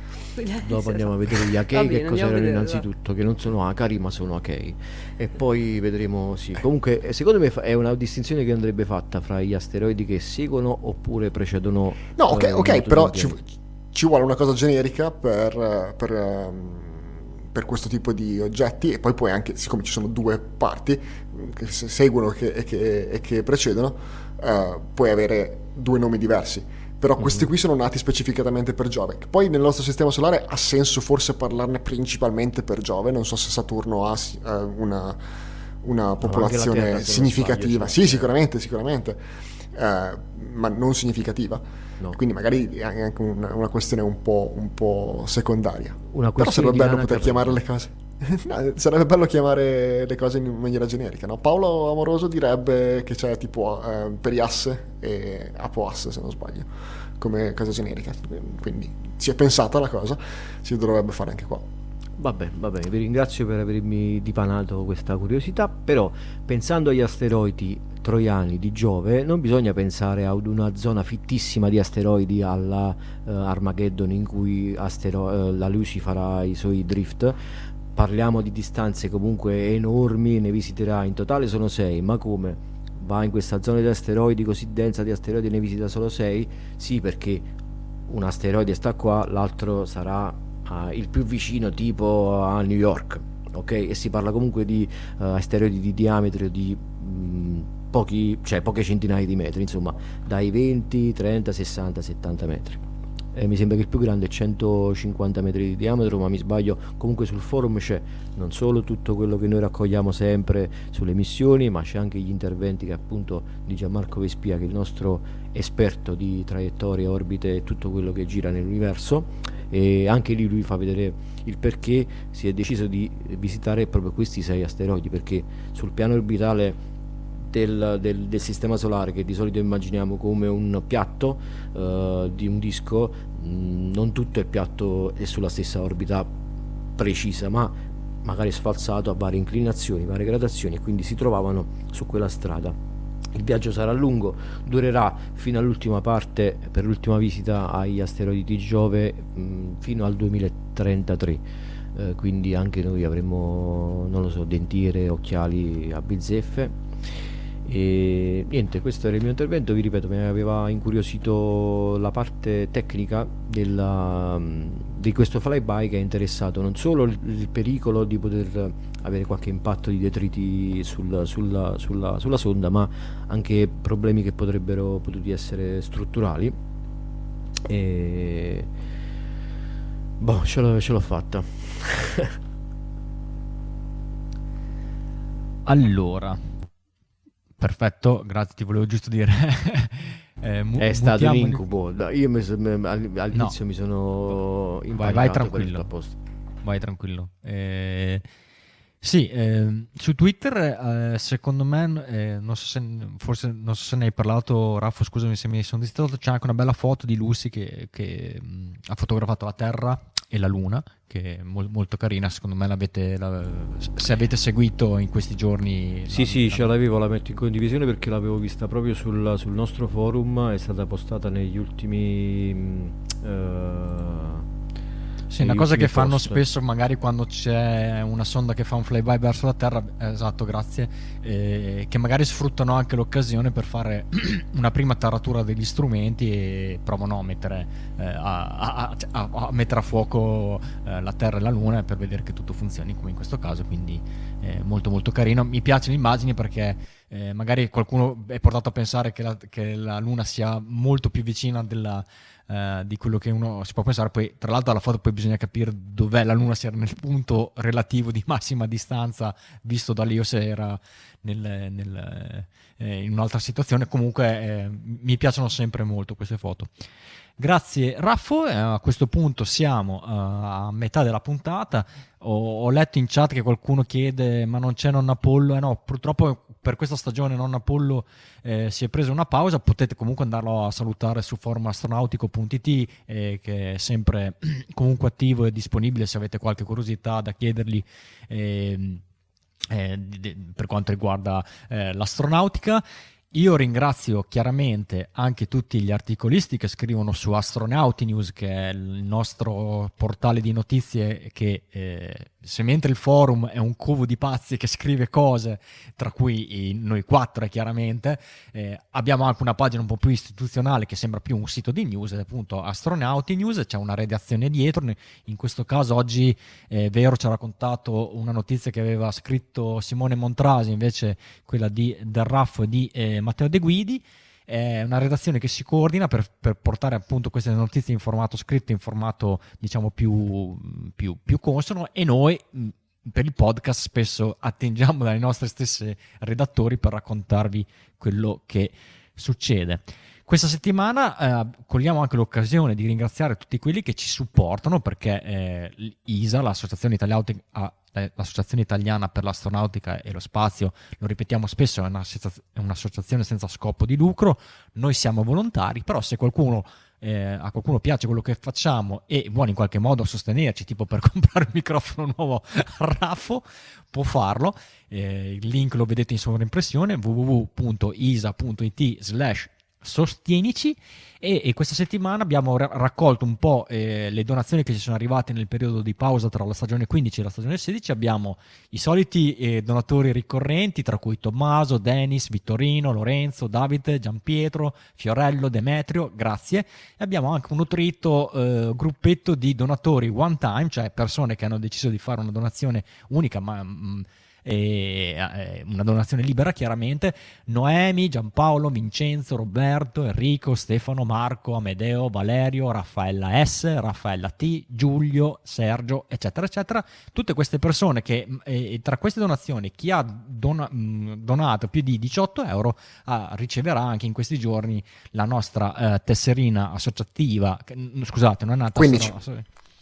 Dopo andiamo a vedere gli Achei che cos'erano innanzitutto, che non sono Acari ma sono Achei, e poi vedremo. Sì, comunque secondo me è una distinzione che andrebbe fatta fra gli asteroidi che seguono oppure precedono.
No, ok,
eh,
ok, però ci, ci vuole una cosa generica per, per, um, per questo tipo di oggetti, e poi puoi anche, siccome ci sono due parti che seguono e che, che, che precedono, uh, puoi avere due nomi diversi. Però questi qui sono nati specificatamente per Giove. Poi nel nostro sistema solare ha senso forse parlarne principalmente per Giove. Non so se Saturno ha uh, una, una popolazione no, terra, significativa. Sbaglio, sì, sicuramente, sicuramente. Uh, ma non significativa. No. Quindi magari è anche una, una questione un po', un po' secondaria.
Una
Però sarebbe bello poter chiamare le cose. No, sarebbe bello chiamare le cose in maniera generica, no? Paolo Amoroso direbbe che c'è tipo eh, Periasse e Apoasse, se non sbaglio, come cosa generica. Quindi si è pensata la cosa, si dovrebbe fare anche qua.
Vabbè, vabbè, vi ringrazio per avermi dipanato questa curiosità, però pensando agli asteroidi troiani di Giove non bisogna pensare ad una zona fittissima di asteroidi alla uh, Armageddon in cui astero- uh, la Lucy farà i suoi drift. Parliamo di distanze comunque enormi, ne visiterà in totale sono sei, ma come? Va in questa zona di asteroidi così densa di asteroidi e ne visita solo sei? Sì, perché un asteroide sta qua, l'altro sarà uh, il più vicino tipo a New York, ok? E si parla comunque di uh, asteroidi di diametro di mh, pochi, cioè poche centinaia di metri, insomma dai venti, trenta, sessanta, settanta metri. Eh, mi sembra che il più grande è centocinquanta metri di diametro, ma mi sbaglio. Comunque sul forum c'è non solo tutto quello che noi raccogliamo sempre sulle missioni, ma c'è anche gli interventi che appunto di Gianmarco Vespia, che è il nostro esperto di traiettorie, orbite e tutto quello che gira nell'universo, e anche lì lui fa vedere il perché si è deciso di visitare proprio questi sei asteroidi, perché sul piano orbitale Del, del, del sistema solare, che di solito immaginiamo come un piatto uh, di un disco, mh, non tutto il piatto è sulla stessa orbita precisa, ma magari sfalsato a varie inclinazioni, varie gradazioni, e quindi si trovavano su quella strada. Il viaggio sarà lungo, durerà fino all'ultima parte, per l'ultima visita agli asteroidi di Giove, mh, fino al duemilatrentatré. Uh, quindi anche noi avremo, non lo so, dentiere, occhiali a bizzeffe. E niente, questo era il mio intervento. Vi ripeto, mi aveva incuriosito la parte tecnica della, di questo flyby, che è interessato non solo il, il pericolo di poter avere qualche impatto di detriti sul, sulla, sulla, sulla sonda, ma anche problemi che potrebbero potuti essere strutturali. E boh, ce l'ho, ce l'ho fatta.
Allora, perfetto, grazie, ti volevo giusto dire. eh, mu-
è stato un
mutiamoli-
incubo. No, io mi so- me- all- all'inizio
No.
mi sono
Vai,
impanicato,
vai
per
tranquillo.
tutto a posto.
Vai tranquillo. Eh, Sì, eh, su Twitter eh, secondo me, eh, non so se, forse non so se ne hai parlato, Raffo, scusami se mi sono distratto, c'è anche una bella foto di Lucy che, che mh, ha fotografato la Terra e la Luna, che è mol, molto carina, secondo me l'avete, la, se avete seguito in questi giorni.
Sì,
la,
sì,
la...
ce l'avevo, la metto in condivisione perché l'avevo vista proprio sul, sul nostro forum, è stata postata negli ultimi... Mh, uh...
Sì, una cosa che fanno spesso magari quando c'è una sonda che fa un flyby verso la Terra, esatto, grazie, eh, che magari sfruttano anche l'occasione per fare una prima taratura degli strumenti e provano a mettere, eh, a, a, a, a mettere a fuoco eh, la Terra e la Luna per vedere che tutto funzioni come in questo caso, quindi eh, molto molto carino. Mi piacciono le immagini perché eh, magari qualcuno è portato a pensare che la, che la Luna sia molto più vicina della Uh, di quello che uno si può pensare. Poi tra l'altro alla foto poi bisogna capire dov'è la Luna, se era nel punto relativo di massima distanza visto da lì o se era nel, nel, eh, in un'altra situazione. Comunque eh, mi piacciono sempre molto queste foto. Grazie Raffo, eh, a questo punto siamo uh, a metà della puntata. Ho, ho letto in chat che qualcuno chiede ma non c'è Nonna Apollo. Eh no, purtroppo per questa stagione Nonna Apollo eh, si è preso una pausa. Potete comunque andarlo a salutare su forum astronautico punto it, eh, che è sempre comunque attivo e disponibile se avete qualche curiosità da chiedergli eh, eh, per quanto riguarda eh, l'astronautica. Io ringrazio chiaramente anche tutti gli articolisti che scrivono su Astronauti News, che è il nostro portale di notizie che, eh, se mentre il forum è un covo di pazzi che scrive cose, tra cui i, noi quattro chiaramente, eh, abbiamo anche una pagina un po' più istituzionale che sembra più un sito di news, ed è appunto Astronauti News, c'è una redazione dietro. In questo caso oggi eh, Vero ci ha raccontato una notizia che aveva scritto Simone Montrasi, invece quella di Del Raffo e di eh, Matteo De Guidi. È una redazione che si coordina per, per portare appunto queste notizie in formato scritto, in formato diciamo più, più, più consono, e noi mh, per il podcast spesso attingiamo dai nostri stessi redattori per raccontarvi quello che succede. Questa settimana eh, cogliamo anche l'occasione di ringraziare tutti quelli che ci supportano, perché eh, l'I S A, l'Associazione Italiana, l'Associazione Italiana per l'Astronautica e lo Spazio, lo ripetiamo spesso, è, è un'associazione senza scopo di lucro. Noi siamo volontari, però se qualcuno eh, a qualcuno piace quello che facciamo e vuole in qualche modo sostenerci, tipo per comprare un microfono nuovo a Raffo, può farlo. Eh, il link lo vedete in sovraimpressione, w w w punto isa punto it slash sostienici. E, e questa settimana abbiamo ra- raccolto un po' eh, le donazioni che ci sono arrivate nel periodo di pausa tra la stagione quindici e la stagione sedici. Abbiamo i soliti eh, donatori ricorrenti, tra cui Tommaso, Denis, Vittorino, Lorenzo, Davide, Giampietro, Fiorello, Demetrio, grazie. E abbiamo anche un nutrito eh, gruppetto di donatori one time, cioè persone che hanno deciso di fare una donazione unica, ma mh, E, eh, una donazione libera chiaramente. Noemi, Giampaolo, Vincenzo, Roberto, Enrico, Stefano, Marco, Amedeo, Valerio, Raffaella S, Raffaella T, Giulio, Sergio, eccetera eccetera. Tutte queste persone che eh, tra queste donazioni chi ha dona, mh, donato più di diciotto euro ah, riceverà anche in questi giorni la nostra eh, tesserina associativa, che, scusate, non è una
quindici.
No,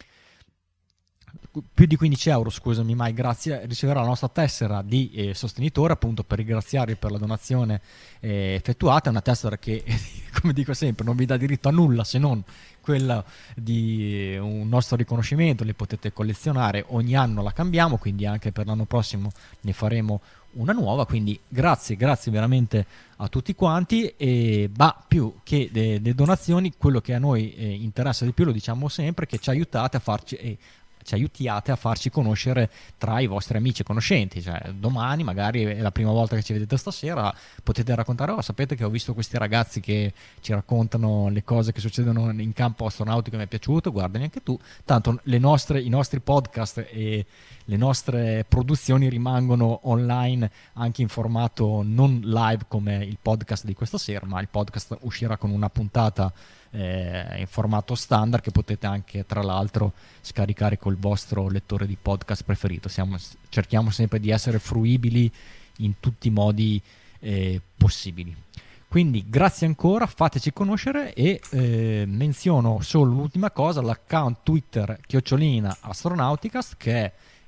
più di quindici euro, scusami, mai grazie, riceverà la nostra tessera di eh, sostenitore, appunto per ringraziarvi per la donazione eh, effettuata. È una tessera che, come dico sempre, non vi dà diritto a nulla se non quella di un nostro riconoscimento. Le potete collezionare, ogni anno la cambiamo, quindi anche per l'anno prossimo ne faremo una nuova. Quindi grazie, grazie veramente a tutti quanti. E ma più che le donazioni, quello che a noi eh, interessa di più, lo diciamo sempre, che ci aiutate a farci eh, ci aiutiate a farci conoscere tra i vostri amici e conoscenti. Cioè, domani magari è la prima volta che ci vedete stasera, potete raccontare: oh, sapete che ho visto questi ragazzi che ci raccontano le cose che succedono in campo astronautico, mi è piaciuto, guardali anche tu. Tanto le nostre, i nostri podcast e le nostre produzioni rimangono online anche in formato non live come il podcast di questa sera, ma il podcast uscirà con una puntata eh, in formato standard che potete anche tra l'altro scaricare col vostro lettore di podcast preferito. Siamo, cerchiamo sempre di essere fruibili in tutti i modi eh, possibili. Quindi grazie ancora, fateci conoscere. E eh, menziono solo l'ultima cosa: l'account Twitter chiocciolina Astronauticast, che è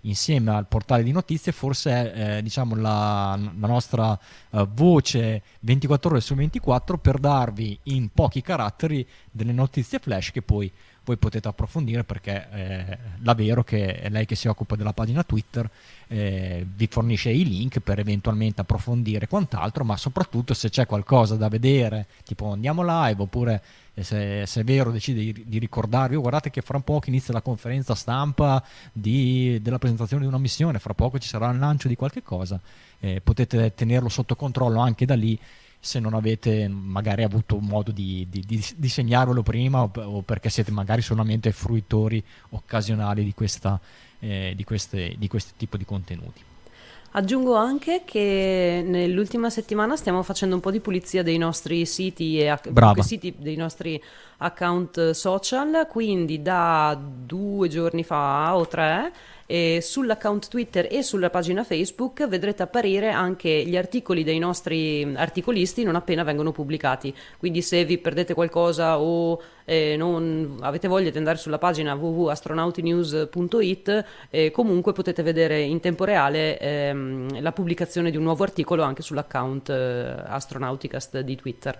insieme al portale di notizie forse è eh, diciamo la, la nostra uh, voce ventiquattro ore su ventiquattro per darvi in pochi caratteri delle notizie flash che poi voi potete approfondire, perché eh, la Vero, che è lei che si occupa della pagina Twitter, eh, vi fornisce i link per eventualmente approfondire quant'altro, ma soprattutto se c'è qualcosa da vedere, tipo andiamo live, oppure se, se è Vero decide di, di ricordarvi, oh, guardate che fra poco inizia la conferenza stampa di, della presentazione di una missione, fra poco ci sarà il lancio di qualche cosa, eh, potete tenerlo sotto controllo anche da lì, se non avete magari avuto modo di, di, di, di segnarvelo prima, o, o perché siete magari solamente fruitori occasionali di, questa, eh, di, queste, di questo tipo di contenuti.
Aggiungo anche che nell'ultima settimana stiamo facendo un po' di pulizia dei nostri siti e ac- siti dei nostri account social, quindi da due giorni fa o tre e sull'account Twitter e sulla pagina Facebook vedrete apparire anche gli articoli dei nostri articolisti non appena vengono pubblicati, quindi se vi perdete qualcosa o eh, non avete voglia di andare sulla pagina w w w punto astronautinews punto i t, eh, comunque potete vedere in tempo reale ehm, la pubblicazione di un nuovo articolo anche sull'account eh, Astronauticast di Twitter.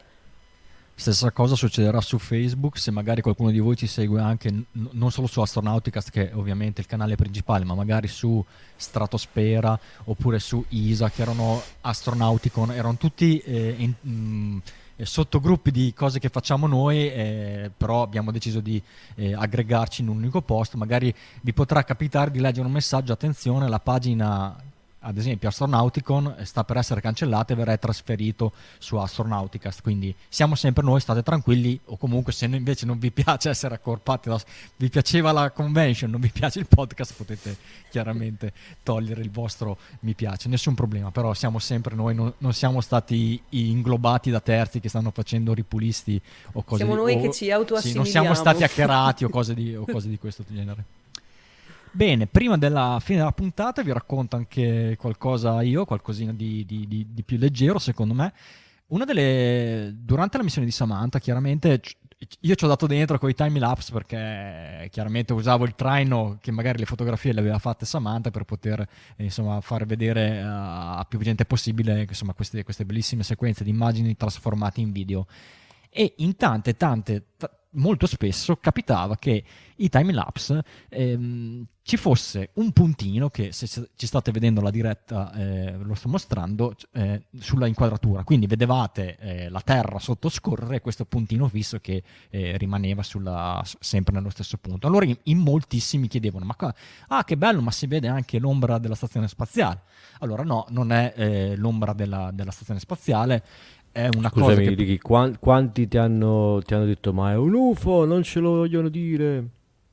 Stessa cosa succederà su Facebook, se magari qualcuno di voi ci segue anche n- non solo su Astronauticast, che è ovviamente il canale principale, ma magari su Stratosfera oppure su I S A, che erano Astronauticon, erano tutti eh, in, mh, sottogruppi di cose che facciamo noi, eh, però abbiamo deciso di eh, aggregarci in un unico posto. Magari vi potrà capitare di leggere un messaggio: attenzione, la pagina ad esempio Astronauticon sta per essere cancellata e verrà trasferito su Astronauticast, quindi siamo sempre noi, state tranquilli. O comunque se invece non vi piace essere accorpati da, vi piaceva la convention, non vi piace il podcast, potete chiaramente togliere il vostro mi piace, nessun problema, però siamo sempre noi, non, non siamo stati inglobati da terzi che stanno facendo ripulisti o cose
siamo
di,
noi
o,
che ci autoassimiliamo,
sì, non siamo stati hackerati o cose di, o cose di questo genere. Bene, prima della fine della puntata vi racconto anche qualcosa io, qualcosina di, di, di, di più leggero secondo me. Una delle durante la missione di Samantha, chiaramente io ci ho dato dentro con i time lapse, perché chiaramente usavo il traino che magari le fotografie le aveva fatte Samantha per poter eh, insomma far vedere uh, a più gente possibile insomma queste, queste bellissime sequenze di immagini trasformate in video. E in tante tante t- molto spesso capitava che i timelapse ehm, ci fosse un puntino che, se ci state vedendo la diretta eh, lo sto mostrando, eh, sulla inquadratura, quindi vedevate eh, la terra sottoscorrere e questo puntino fisso che eh, rimaneva sulla, sempre nello stesso punto. Allora in, in moltissimi chiedevano: ma qua, ah che bello, ma si vede anche l'ombra della stazione spaziale? Allora no, non è eh, l'ombra della, della stazione spaziale. È una
Scusami,
cosa che...
Ricky, quanti, quanti ti hanno, ti hanno detto ma è un U F O, non ce lo vogliono dire?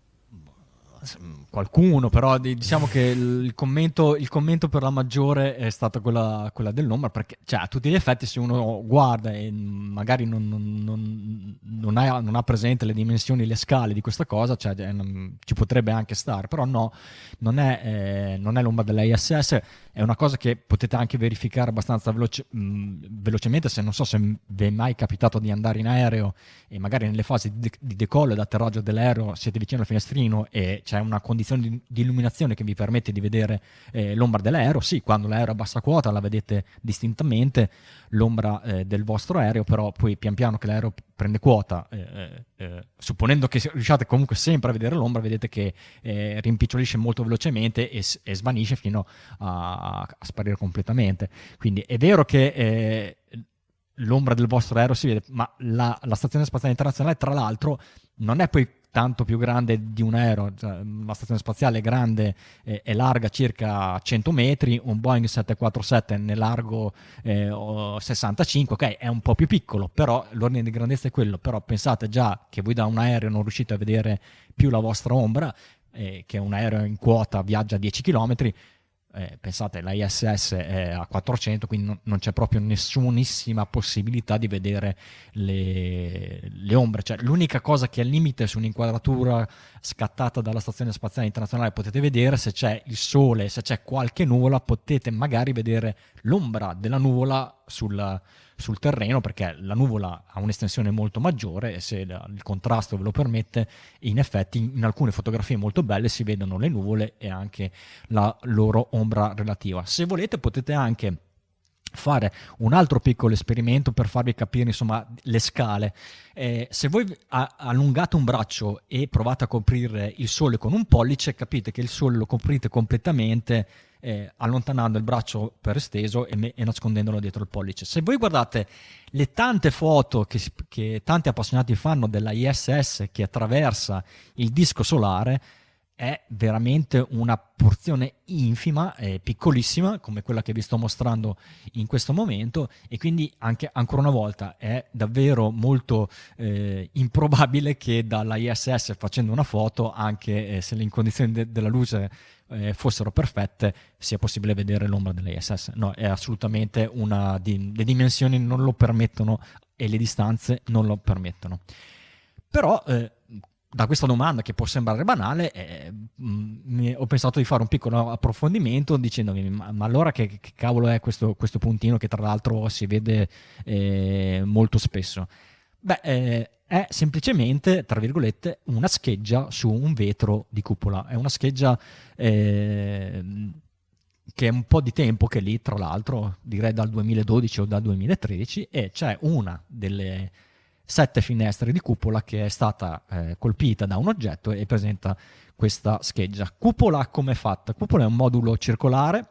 Qualcuno, però diciamo che il commento, il commento per la maggiore è stata quella, quella dell'ombra, perché cioè, a tutti gli effetti se uno guarda e magari non, non, non, non, ha, non ha presente le dimensioni, le scale di questa cosa, cioè, eh, ci potrebbe anche stare, però no, non è, eh, non è l'ombra dell'I S S, è una cosa che potete anche verificare abbastanza veloce, mh, velocemente. Se non so se vi è mai capitato di andare in aereo e magari nelle fasi di, de- di decollo ed atterraggio dell'aereo siete vicino al finestrino e c'è una condizione di, di illuminazione che vi permette di vedere eh, l'ombra dell'aereo. Sì, quando l'aereo è a bassa quota la vedete distintamente l'ombra eh, del vostro aereo, però poi pian piano che l'aereo prende quota, eh, eh, supponendo che riusciate comunque sempre a vedere l'ombra, vedete che eh, rimpicciolisce molto velocemente e, e svanisce fino a, a sparire completamente. Quindi è vero che eh, l'ombra del vostro aereo si vede, ma la, la Stazione Spaziale Internazionale tra l'altro non è poi tanto più grande di un aereo, cioè, la stazione spaziale è grande, eh, è larga circa cento metri, un Boeing sette quattro sette ne largo eh, sessantacinque, ok, è un po' più piccolo, però l'ordine di grandezza è quello. Però pensate già che voi da un aereo non riuscite a vedere più la vostra ombra, eh, che un aereo in quota viaggia a dieci chilometri, Eh, pensate, la I S S è a quattrocento, quindi non, non c'è proprio nessunissima possibilità di vedere le, le ombre. Cioè, l'unica cosa che è al limite su un'inquadratura scattata dalla Stazione Spaziale Internazionale potete vedere se c'è il sole, se c'è qualche nuvola, potete magari vedere l'ombra della nuvola sulla, sul terreno, perché la nuvola ha un'estensione molto maggiore e se la, il contrasto ve lo permette, in effetti in, in alcune fotografie molto belle si vedono le nuvole e anche la loro ombra relativa. Se volete potete anche fare un altro piccolo esperimento per farvi capire insomma le scale. Eh, se voi a- allungate un braccio e provate a coprire il sole con un pollice, capite che il sole lo coprite completamente eh, allontanando il braccio per esteso e, me- e nascondendolo dietro il pollice. Se voi guardate le tante foto che, si- che tanti appassionati fanno della I S S che attraversa il disco solare, è veramente una porzione infima, eh, piccolissima, come quella che vi sto mostrando in questo momento, e quindi anche ancora una volta è davvero molto eh, improbabile che dalla I S S, facendo una foto, anche eh, se le condizioni de- della luce eh, fossero perfette, sia possibile vedere l'ombra della I S S. No, è assolutamente una di- le dimensioni non lo permettono e le distanze non lo permettono. Però eh, da questa domanda, che può sembrare banale, eh, mh, ho pensato di fare un piccolo approfondimento dicendomi ma, ma allora che, che cavolo è questo, questo puntino che tra l'altro si vede eh, molto spesso? Beh, eh, è semplicemente, tra virgolette, una scheggia su un vetro di cupola. È una scheggia eh, che è un po' di tempo che è lì, tra l'altro, direi dal duemiladodici o dal duemilatredici, e c'è una delle sette finestre di cupola che è stata eh, colpita da un oggetto e presenta questa scheggia. Cupola come è fatta? Cupola è un modulo circolare,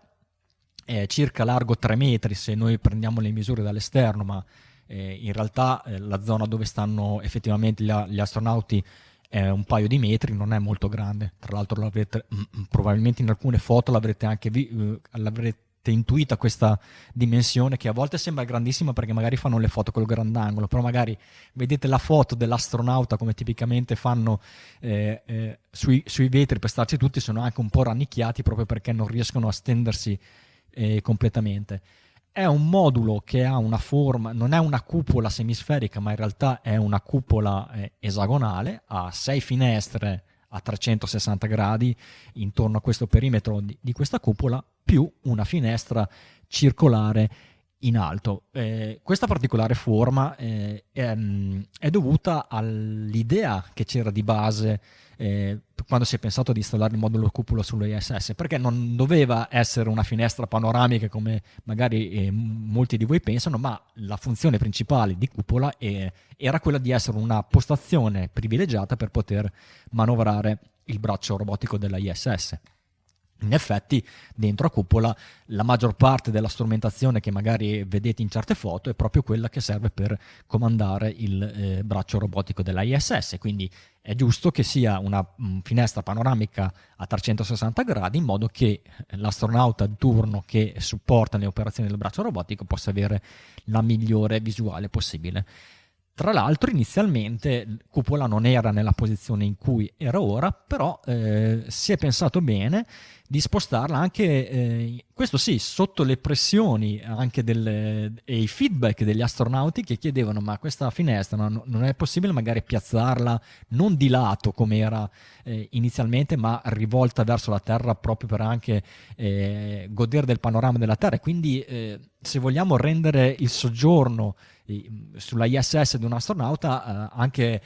è circa largo tre metri se noi prendiamo le misure dall'esterno, ma eh, in realtà eh, la zona dove stanno effettivamente gli, gli astronauti è un paio di metri, non è molto grande. Tra l'altro l'avrete, mh, probabilmente in alcune foto l'avrete anche vi, uh, l'avrete intuita questa dimensione, che a volte sembra grandissima perché magari fanno le foto col grandangolo, però magari vedete la foto dell'astronauta come tipicamente fanno eh, eh, sui, sui vetri per starci tutti, sono anche un po' rannicchiati proprio perché non riescono a stendersi eh, completamente. È un modulo che ha una forma, non è una cupola semisferica, ma in realtà è una cupola eh, esagonale, ha sei finestre a trecentosessanta gradi intorno a questo perimetro di, di questa cupola, più una finestra circolare in alto. Eh, questa particolare forma eh, è, è dovuta all'idea che c'era di base eh, quando si è pensato di installare il modulo cupola sull'I S S, perché non doveva essere una finestra panoramica come magari eh, molti di voi pensano, ma la funzione principale di cupola è, era quella di essere una postazione privilegiata per poter manovrare il braccio robotico della I S S. In effetti, dentro a cupola, la maggior parte della strumentazione che magari vedete in certe foto è proprio quella che serve per comandare il eh, braccio robotico della I S S, quindi è giusto che sia una mh, finestra panoramica a trecentosessanta gradi, in modo che l'astronauta di turno che supporta le operazioni del braccio robotico possa avere la migliore visuale possibile. Tra l'altro inizialmente cupola non era nella posizione in cui era ora, però eh, si è pensato bene di spostarla anche, eh, questo sì, sotto le pressioni anche delle, e i feedback degli astronauti che chiedevano ma questa finestra non, non è possibile magari piazzarla non di lato come era eh, inizialmente, ma rivolta verso la Terra, proprio per anche eh, godere del panorama della Terra, e quindi eh, se vogliamo rendere il soggiorno sulla I S S di un astronauta eh, anche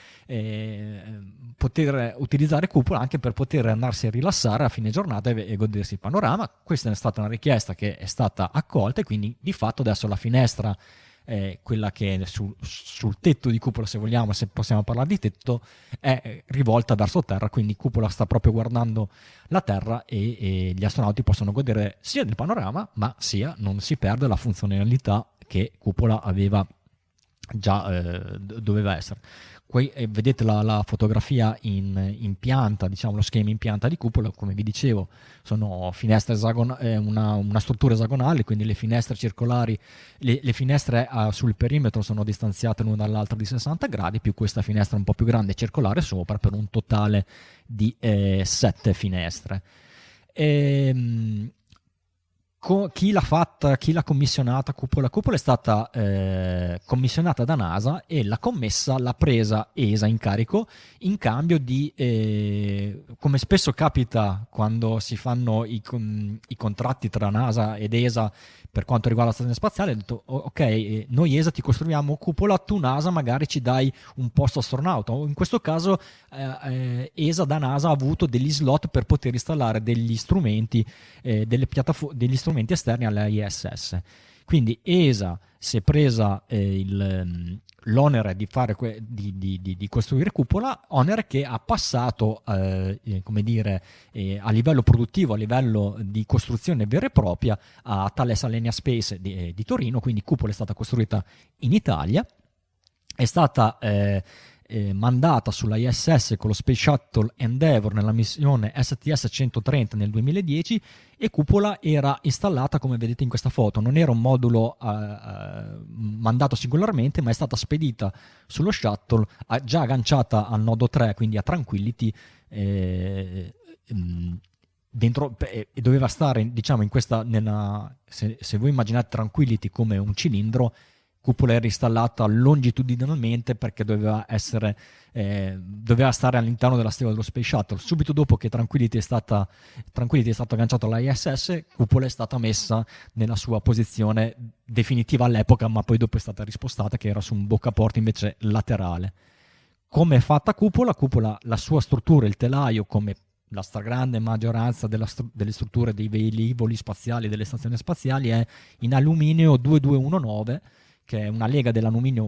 eh, poter utilizzare cupola anche per poter andarsi a rilassare a fine giornata e, e godersi il panorama. Questa è stata una richiesta che è stata accolta, e quindi di fatto adesso la finestra, eh, quella che è sul, sul tetto di cupola, se vogliamo, se possiamo parlare di tetto, è rivolta verso terra, quindi cupola sta proprio guardando la Terra e, e gli astronauti possono godere sia del panorama, ma sia non si perde la funzionalità che cupola aveva già eh, doveva essere. Qui eh, vedete la, la fotografia in, in pianta, diciamo lo schema in pianta di cupola. Come vi dicevo, sono finestre esagon- eh, una, una struttura esagonale, quindi le finestre circolari, le, le finestre eh, sul perimetro sono distanziate l'una dall'altra di sessanta gradi, più questa finestra un po' più grande circolare sopra, per un totale di eh, sette finestre. E, co- chi l'ha fatta, chi l'ha commissionata Cupola? Cupola è stata eh, commissionata da NASA e la commessa l'ha presa E S A in carico in cambio di, eh, come spesso capita quando si fanno i, con- i contratti tra NASA ed E S A per quanto riguarda la stazione spaziale, ha detto "Oh, ok, eh, noi E S A ti costruiamo Cupola, tu NASA magari ci dai un posto astronauta". In questo caso eh, eh, E S A da NASA ha avuto degli slot per poter installare degli strumenti, eh, delle piattafo- degli strumenti esterni alla I S S. Quindi E S A si è presa eh, il, l'onere di, fare que- di, di, di, di costruire Cupola, onere che ha passato eh, come dire, eh, a livello produttivo, a livello di costruzione vera e propria a Thales Alenia Space di, di Torino. Quindi Cupola è stata costruita in Italia, è stata eh, eh, mandata sulla I S S con lo Space Shuttle Endeavour nella missione S T S centotrenta nel duemiladieci, e Cupola era installata come vedete in questa foto. Non era un modulo eh, eh, mandato singolarmente, ma è stata spedita sullo shuttle eh, già agganciata al nodo tre, quindi a Tranquility, eh, mh, dentro, e doveva stare, diciamo, in questa nella, se, se voi immaginate Tranquility come un cilindro, Cupola era installata longitudinalmente perché doveva essere eh, doveva stare all'interno della stella dello Space Shuttle. Subito dopo che Tranquility è stata Tranquility è stato agganciato alla I S S, Cupola è stata messa nella sua posizione definitiva all'epoca, ma poi dopo è stata rispostata, che era su un boccaporta invece laterale. Come è fatta Cupola? Cupola, la sua struttura, il telaio, come la stragrande maggioranza della stru- delle strutture dei velivoli spaziali e delle stazioni spaziali, è in alluminio ventiduemiladiciannove, che è una lega dell'alluminio,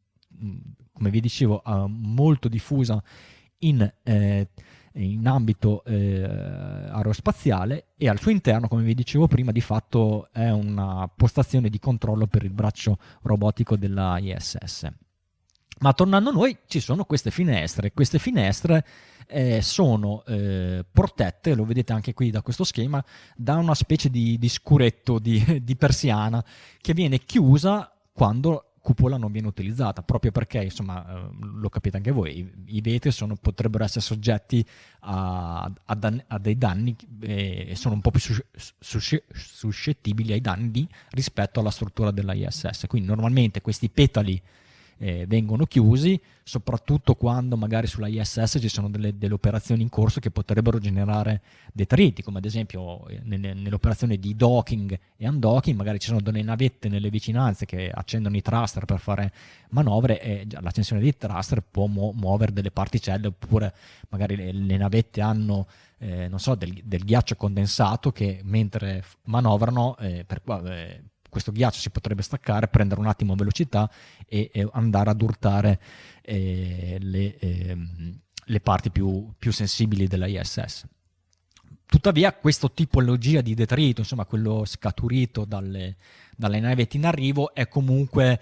come vi dicevo, molto diffusa in, eh, in ambito eh, aerospaziale, e al suo interno, come vi dicevo prima, di fatto è una postazione di controllo per il braccio robotico della I S S. Ma tornando a noi, ci sono queste finestre. Queste finestre eh, sono eh, protette, lo vedete anche qui da questo schema, da una specie di, di scuretto, di, di persiana, che viene chiusa quando Cupola non viene utilizzata, proprio perché, insomma, eh, lo capite anche voi, i, i vetri sono, potrebbero essere soggetti a, a, dan- a dei danni e sono un po' più sus- sus- suscettibili ai danni rispetto alla struttura della I S S. Quindi normalmente questi petali Eh, vengono chiusi, soprattutto quando magari sulla I S S ci sono delle, delle operazioni in corso che potrebbero generare detriti, come ad esempio eh, nelle, nell'operazione di docking e undocking. Magari ci sono delle navette nelle vicinanze che accendono i thruster per fare manovre, e già l'accensione dei thruster può mu- muovere delle particelle, oppure magari le, le navette hanno eh, non so, del, del ghiaccio condensato che mentre manovrano eh, per eh, questo ghiaccio si potrebbe staccare, prendere un attimo velocità e, e andare ad urtare eh, le, eh, le parti più, più sensibili della I S S. Tuttavia questa tipologia di detrito, insomma quello scaturito dalle, dalle navette in arrivo, è comunque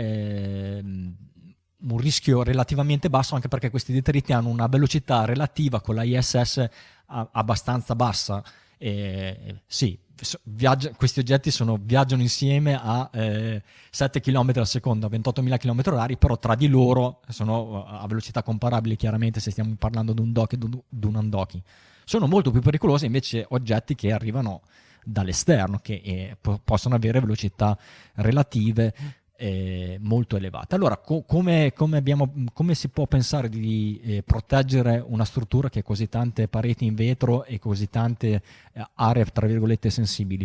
eh, un rischio relativamente basso, anche perché questi detriti hanno una velocità relativa con la I S S a, abbastanza bassa. Eh, sì, viaggia, questi oggetti sono, viaggiano insieme a eh, sette chilometri al secondo, a ventottomila chilometri orari, però tra di loro sono a velocità comparabili, chiaramente, se stiamo parlando di un dock e di un undocking. Sono molto più pericolosi invece oggetti che arrivano dall'esterno, che eh, po- possono avere velocità relative eh, molto elevate. Allora, co- come, come, abbiamo, come si può pensare di eh, proteggere una struttura che ha così tante pareti in vetro e così tante eh, aree, tra virgolette, sensibili?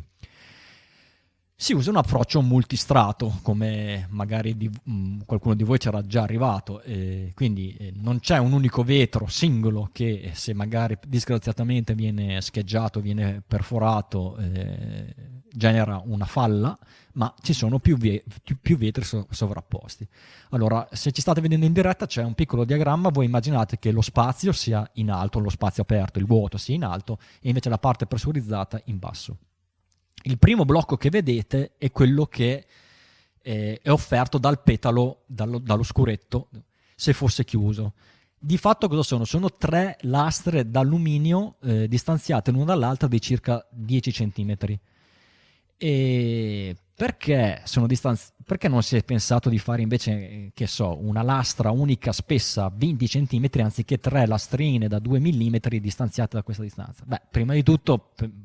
Si usa un approccio multistrato, come magari di, mh, qualcuno di voi c'era già arrivato, eh, quindi eh, non c'è un unico vetro singolo che, se magari disgraziatamente viene scheggiato, viene perforato, eh, genera una falla, ma ci sono più, ve- più, più vetri so- sovrapposti. Allora, se ci state vedendo in diretta, c'è un piccolo diagramma. Voi immaginate che lo spazio sia in alto, lo spazio aperto, il vuoto sia in alto, e invece la parte pressurizzata in basso. Il primo blocco che vedete è quello che eh, è offerto dal petalo, dallo, dallo scuretto, se fosse chiuso. Di fatto cosa sono? Sono tre lastre d'alluminio eh, distanziate l'una dall'altra di circa dieci centimetri. E perché sono distanzi- perché non si è pensato di fare invece, che so, una lastra unica spessa venti centimetri anziché tre lastrine da due millimetri distanziate da questa distanza? Beh, prima di tutto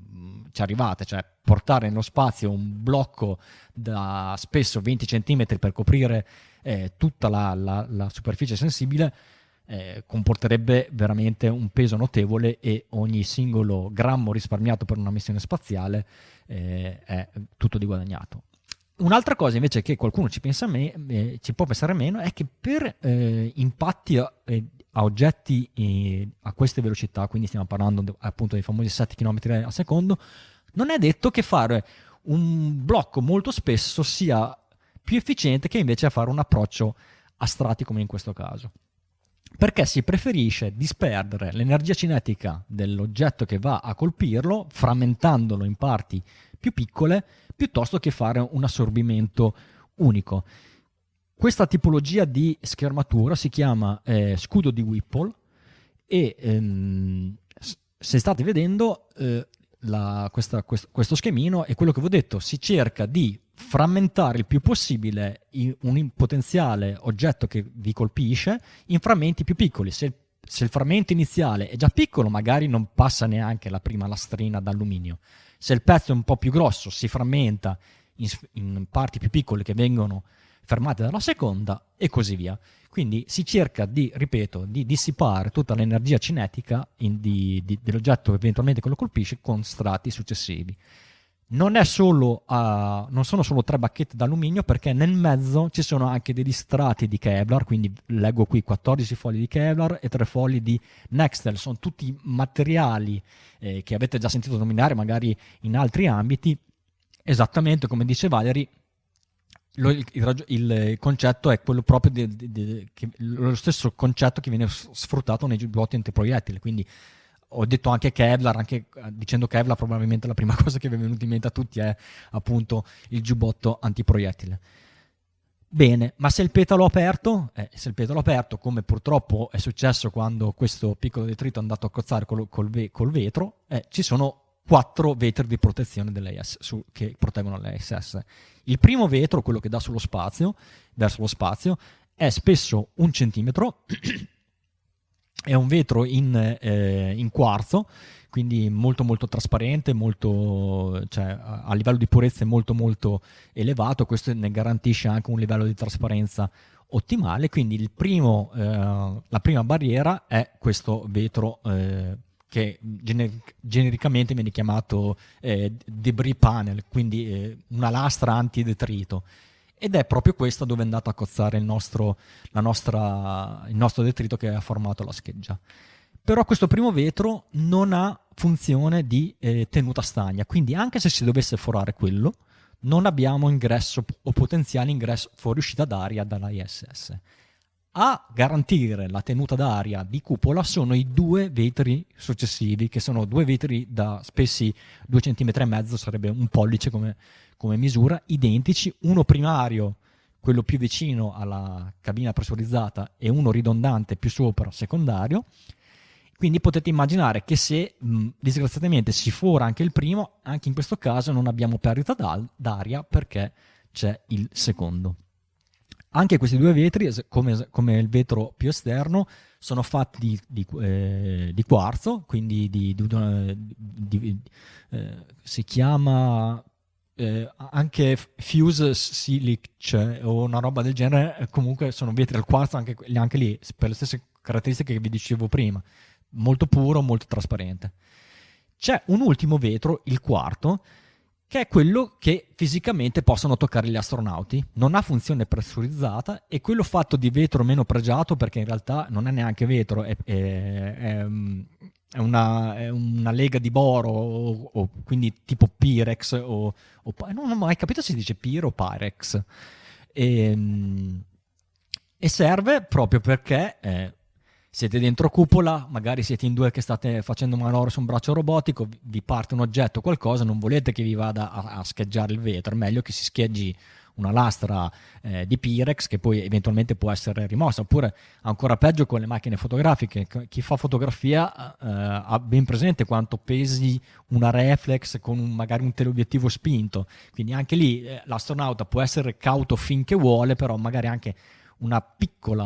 ci arrivate, cioè portare nello spazio un blocco da spesso venti centimetri per coprire eh, tutta la, la, la superficie sensibile, eh, comporterebbe veramente un peso notevole, e ogni singolo grammo risparmiato per una missione spaziale eh, è tutto di guadagnato. Un'altra cosa invece che qualcuno ci pensa me, eh, ci può pensare meno, è che per eh, impatti a, eh, a oggetti eh, a queste velocità, quindi stiamo parlando de, appunto dei famosi sette chilometri al secondo, non è detto che fare un blocco molto spesso sia più efficiente che invece a fare un approccio a strati come in questo caso, perché si preferisce disperdere l'energia cinetica dell'oggetto che va a colpirlo, frammentandolo in parti più piccole, piuttosto che fare un assorbimento unico. Questa tipologia di schermatura si chiama eh, scudo di Whipple, e ehm, se state vedendo eh, la, questa, questo, questo schemino è quello che vi ho detto: si cerca di frammentare il più possibile un potenziale oggetto che vi colpisce in frammenti più piccoli. Se, se il frammento iniziale è già piccolo, magari non passa neanche la prima lastrina d'alluminio. Se il pezzo è un po' più grosso, si frammenta in, in parti più piccole che vengono fermate dalla seconda, e così via. Quindi si cerca di, ripeto, di dissipare tutta l'energia cinetica in, di, di, dell'oggetto eventualmente che lo colpisce con strati successivi. Non, è solo, uh, non sono solo tre bacchette d'alluminio, perché nel mezzo ci sono anche degli strati di Kevlar, quindi leggo qui quattordici fogli di Kevlar e tre fogli di Nextel. Sono tutti materiali eh, che avete già sentito nominare magari in altri ambiti. Esattamente come dice Valerie, lo, il, il, il concetto è quello proprio di, di, di, che, lo stesso concetto che viene sfruttato nei giubbotti antiproiettile. Quindi ho detto anche Kevlar, anche dicendo Kevlar probabilmente la prima cosa che vi è venuta in mente a tutti è appunto il giubbotto antiproiettile. Bene, ma se il petalo aperto, eh, se il petalo aperto, come purtroppo è successo quando questo piccolo detrito è andato a cozzare col, col, ve, col vetro, eh, ci sono quattro vetri di protezione dell'A I S, su, che proteggono l'A I S S. Il primo vetro, quello che dà sullo spazio, verso lo spazio, è spesso un centimetro. È un vetro in, eh, in quarzo, quindi molto molto trasparente, molto, cioè, a livello di purezza è molto molto elevato. Questo ne garantisce anche un livello di trasparenza ottimale. Quindi il primo, eh, la prima barriera è questo vetro eh, che gener- genericamente viene chiamato eh, debris panel, quindi eh, una lastra antidetrito. Ed è proprio questa dove è andato a cozzare il nostro, la nostra, il nostro detrito che ha formato la scheggia. Però questo primo vetro non ha funzione di eh, tenuta stagna, quindi anche se si dovesse forare quello, non abbiamo ingresso o potenziale ingresso fuoriuscita d'aria dall'A I S S. A garantire la tenuta d'aria di cupola sono i due vetri successivi, che sono due vetri da spessi due centimetri e mezzo, sarebbe un pollice come come misura, identici, uno primario, quello più vicino alla cabina pressurizzata, e uno ridondante più sopra, secondario. Quindi potete immaginare che se mh, disgraziatamente si fora anche il primo, anche in questo caso non abbiamo perdita d'aria perché c'è il secondo. Anche questi due vetri, come, come il vetro più esterno, sono fatti di, di, eh, di quarzo, quindi di, di, di, di, eh, si chiama... Eh, anche Fuse Silic o una roba del genere. Comunque sono vetri al quarzo, anche, anche lì per le stesse caratteristiche che vi dicevo prima, molto puro, molto trasparente. C'è un ultimo vetro, il quarto, che è quello che fisicamente possono toccare gli astronauti, non ha funzione pressurizzata, e quello fatto di vetro meno pregiato, perché in realtà non è neanche vetro, è, è, è È una, è una lega di boro, o, o quindi tipo Pyrex, o, o non ho mai capito se si dice Pyre o Pyrex, e, e serve proprio perché eh, siete dentro cupola, magari siete in due che state facendo manovre su un braccio robotico, vi parte un oggetto, qualcosa, non volete che vi vada a, a scheggiare il vetro, è meglio che si scheggi una lastra eh, di Pyrex, che poi eventualmente può essere rimossa, oppure ancora peggio con le macchine fotografiche. Chi fa fotografia eh, ha ben presente quanto pesi una reflex con un, magari un teleobiettivo spinto, quindi anche lì eh, l'astronauta può essere cauto finché vuole, però magari anche una piccola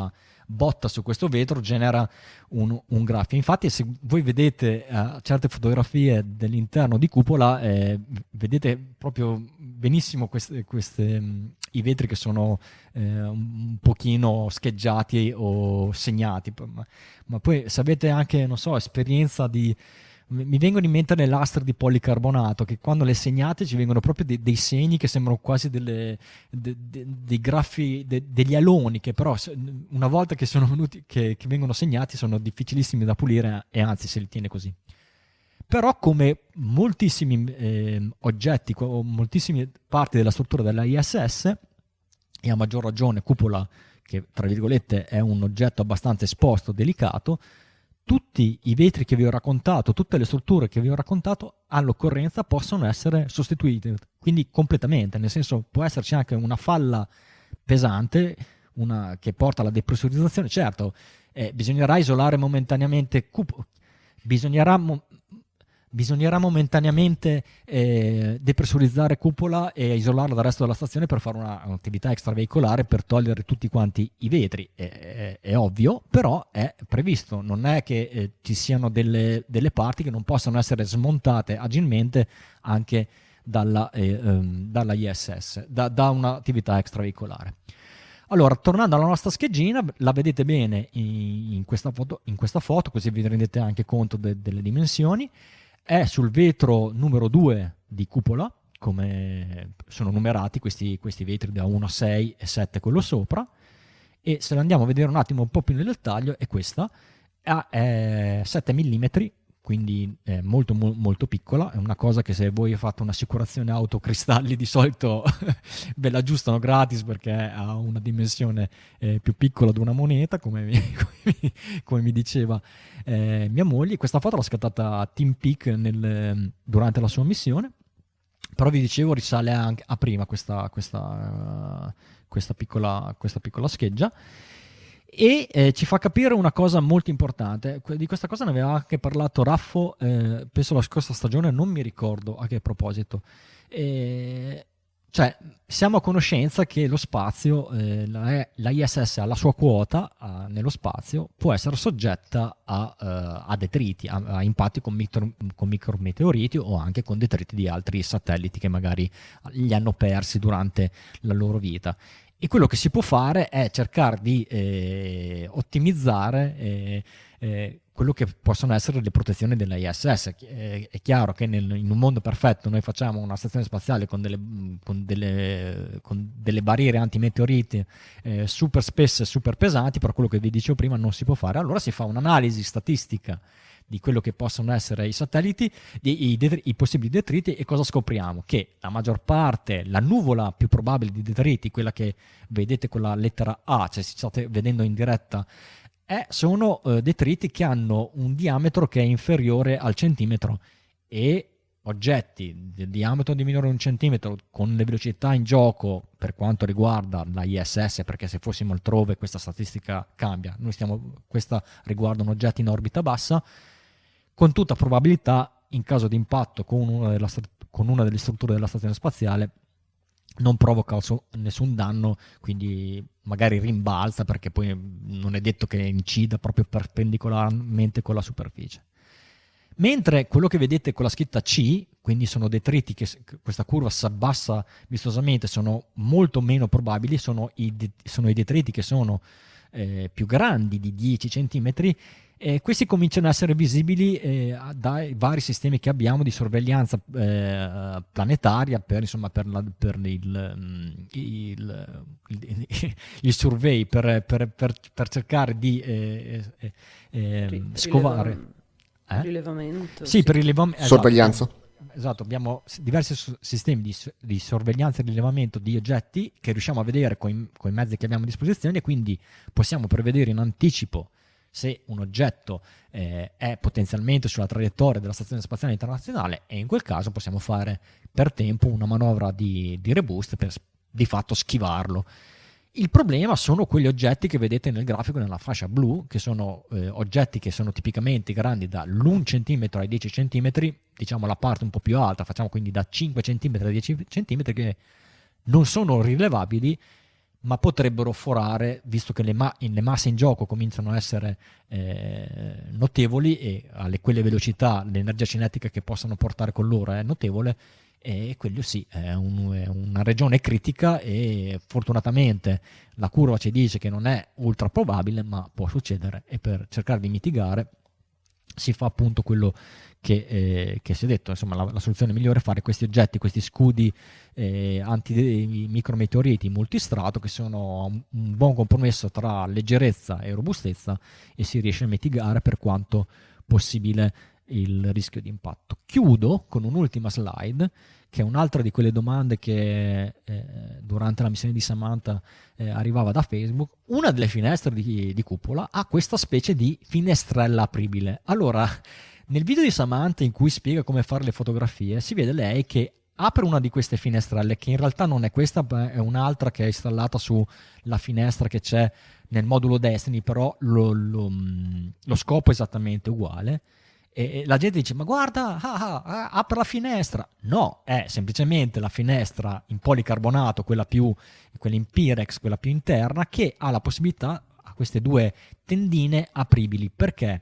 botta su questo vetro genera un, un graffio. Infatti se voi vedete uh, certe fotografie dell'interno di cupola, eh, vedete proprio benissimo queste, queste, mh, i vetri che sono eh, un pochino scheggiati o segnati, ma, ma poi se avete anche, non so, esperienza di... mi vengono in mente le lastre di policarbonato che quando le segnate ci vengono proprio dei, dei segni che sembrano quasi delle, de, de, dei graffi, de, degli aloni che però una volta che sono venuti, che, che vengono segnati sono difficilissimi da pulire e anzi se li tiene così. Però come moltissimi eh, oggetti o moltissime parti della struttura della I S S e a maggior ragione cupola che tra virgolette è un oggetto abbastanza esposto, delicato, tutti i vetri che vi ho raccontato, tutte le strutture che vi ho raccontato all'occorrenza possono essere sostituite, quindi completamente, nel senso può esserci anche una falla pesante una, che porta alla depressurizzazione, certo eh, bisognerà isolare momentaneamente cupo, bisognerà, mo, bisognerà momentaneamente eh, depressurizzare cupola e isolarla dal resto della stazione per fare una, un'attività extraveicolare per togliere tutti quanti i vetri, è, è, è ovvio, però è previsto, non è che eh, ci siano delle, delle parti che non possano essere smontate agilmente anche dalla, eh, um, dalla I S S, da, da un'attività extraveicolare. Allora, tornando alla nostra scheggina, la vedete bene in, in, questa, foto, in questa foto, così vi rendete anche conto de, delle dimensioni. È sul vetro numero due di cupola, come sono numerati questi, questi vetri da uno a sei e sette quello sopra, e se la andiamo a vedere un attimo un po' più nel dettaglio è questa, è sette millimetri, quindi è molto molto piccola, è una cosa che se voi fate un'assicurazione auto cristalli di solito ve la aggiustano gratis perché ha una dimensione eh, più piccola di una moneta, come mi, come mi, come mi diceva eh, mia moglie. Questa foto l'ha scattata Tim Peake nel, durante la sua missione, però vi dicevo risale anche a prima questa, questa, uh, questa, piccola, questa piccola scheggia. E eh, ci fa capire una cosa molto importante. Di questa cosa ne aveva anche parlato Raffo, eh, penso la scorsa stagione, non mi ricordo a che proposito. E, cioè, siamo a conoscenza che lo spazio, eh, la, la I S S ha la sua quota a, nello spazio, può essere soggetta a, uh, a detriti, a, a impatti con, micro, con micrometeoriti o anche con detriti di altri satelliti che magari li hanno persi durante la loro vita. E quello che si può fare è cercare di eh, ottimizzare eh, eh, quello che possono essere le protezioni della I S S. È, è chiaro che nel, in un mondo perfetto noi facciamo una stazione spaziale con delle, con delle, con delle barriere antimeteoriti eh, super spesse e super pesanti, però quello che vi dicevo prima non si può fare. Allora si fa un'analisi statistica di quello che possono essere i satelliti, i, i, detri, i possibili detriti, e cosa scopriamo? Che la maggior parte, la nuvola più probabile di detriti, quella che vedete con la lettera A, cioè si state vedendo in diretta, è, sono eh, detriti che hanno un diametro che è inferiore al centimetro, e oggetti del diametro di minore di un centimetro con le velocità in gioco per quanto riguarda la I S S, perché se fossimo altrove questa statistica cambia, noi stiamo, questa riguarda un oggetto in orbita bassa, con tutta probabilità in caso di impatto con una, della, con una delle strutture della stazione spaziale non provoca nessun danno, quindi magari rimbalza perché poi non è detto che incida proprio perpendicolarmente con la superficie. Mentre quello che vedete con la scritta C, quindi sono detriti che questa curva si abbassa vistosamente, sono molto meno probabili, sono i, sono i detriti che sono eh, più grandi di dieci centimetri. Eh, questi cominciano a essere visibili eh, dai vari sistemi che abbiamo di sorveglianza eh, planetaria per, insomma, per, la, per il, il, il, il survey, per, per, per, per cercare di eh, eh, eh, scovare.
Eh? Rilevamento.
Sì, per rilevamento. Esatto.
Sorveglianza.
Esatto, abbiamo diversi sistemi di, di sorveglianza e rilevamento di oggetti che riusciamo a vedere con i, con i mezzi che abbiamo a disposizione, e quindi possiamo prevedere in anticipo se un oggetto eh, è potenzialmente sulla traiettoria della Stazione Spaziale Internazionale, e in quel caso possiamo fare per tempo una manovra di, di reboost per di fatto schivarlo. Il problema sono quegli oggetti che vedete nel grafico nella fascia blu, che sono eh, oggetti che sono tipicamente grandi dall'uno centimetro ai dieci centimetri, diciamo la parte un po' più alta, facciamo quindi da cinque centimetri a dieci centimetri, che non sono rilevabili, ma potrebbero forare, visto che le, ma- le masse in gioco cominciano a essere eh, notevoli e alle quelle velocità l'energia cinetica che possono portare con loro è notevole, e quello sì, è, un, è una regione critica, e fortunatamente la curva ci dice che non è ultra probabile, ma può succedere, e per cercare di mitigare si fa appunto quello che, eh, che si è detto. Insomma, la, la soluzione migliore è fare questi oggetti, questi scudi eh, anti-micrometeoriti multistrato, che sono un, un buon compromesso tra leggerezza e robustezza, e si riesce a mitigare per quanto possibile il rischio di impatto. Chiudo con un'ultima slide, che è un'altra di quelle domande che eh, durante la missione di Samantha eh, arrivava da Facebook. Una delle finestre di, di cupola ha questa specie di finestrella apribile. Allora, nel video di Samantha in cui spiega come fare le fotografie, si vede lei che apre una di queste finestrelle, che in realtà non è questa, è un'altra che è installata sulla finestra che c'è nel modulo Destiny, però lo, lo, lo scopo è esattamente uguale. E la gente dice: ma guarda, ah, ah, apre la finestra. No, è semplicemente la finestra in policarbonato, quella più, quella in Pyrex, quella più interna, che ha la possibilità, a queste due tendine apribili. Perché?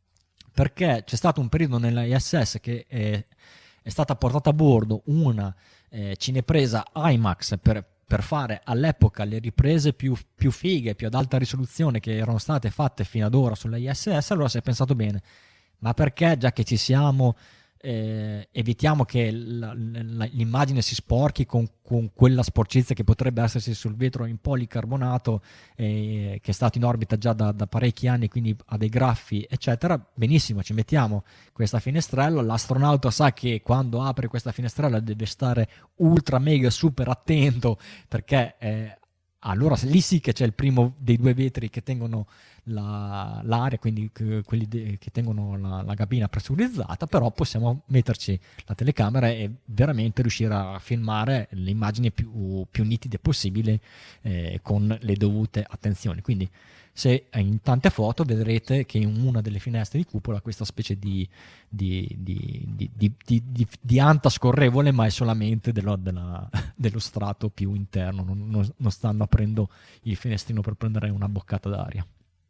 Perché c'è stato un periodo nella I S S che è, è stata portata a bordo una eh, cinepresa IMAX per, per fare all'epoca le riprese più, più fighe, più ad alta risoluzione che erano state fatte fino ad ora sulla I S S. Allora si è pensato bene: ma perché, già che ci siamo, eh, evitiamo che la, la, l'immagine si sporchi con, con quella sporcizia che potrebbe essersi sul vetro in policarbonato, eh, che è stato in orbita già da, da parecchi anni, quindi ha dei graffi, eccetera. Benissimo, ci mettiamo questa finestrella. L'astronauta sa che quando apre questa finestrella deve stare ultra mega super attento, perché eh, allora lì sì che c'è il primo dei due vetri che tengono la, l'aria, quindi che, quelli de, che tengono la, la cabina pressurizzata. Però possiamo metterci la telecamera e veramente riuscire a filmare le immagini più, più nitide possibili, eh, con le dovute attenzioni. Quindi se in tante foto vedrete che in una delle finestre di cupola questa specie di, di, di, di, di, di, di, di anta scorrevole, ma è solamente dello, della, dello strato più interno, non, non, non stanno aprendo il finestrino per prendere una boccata d'aria.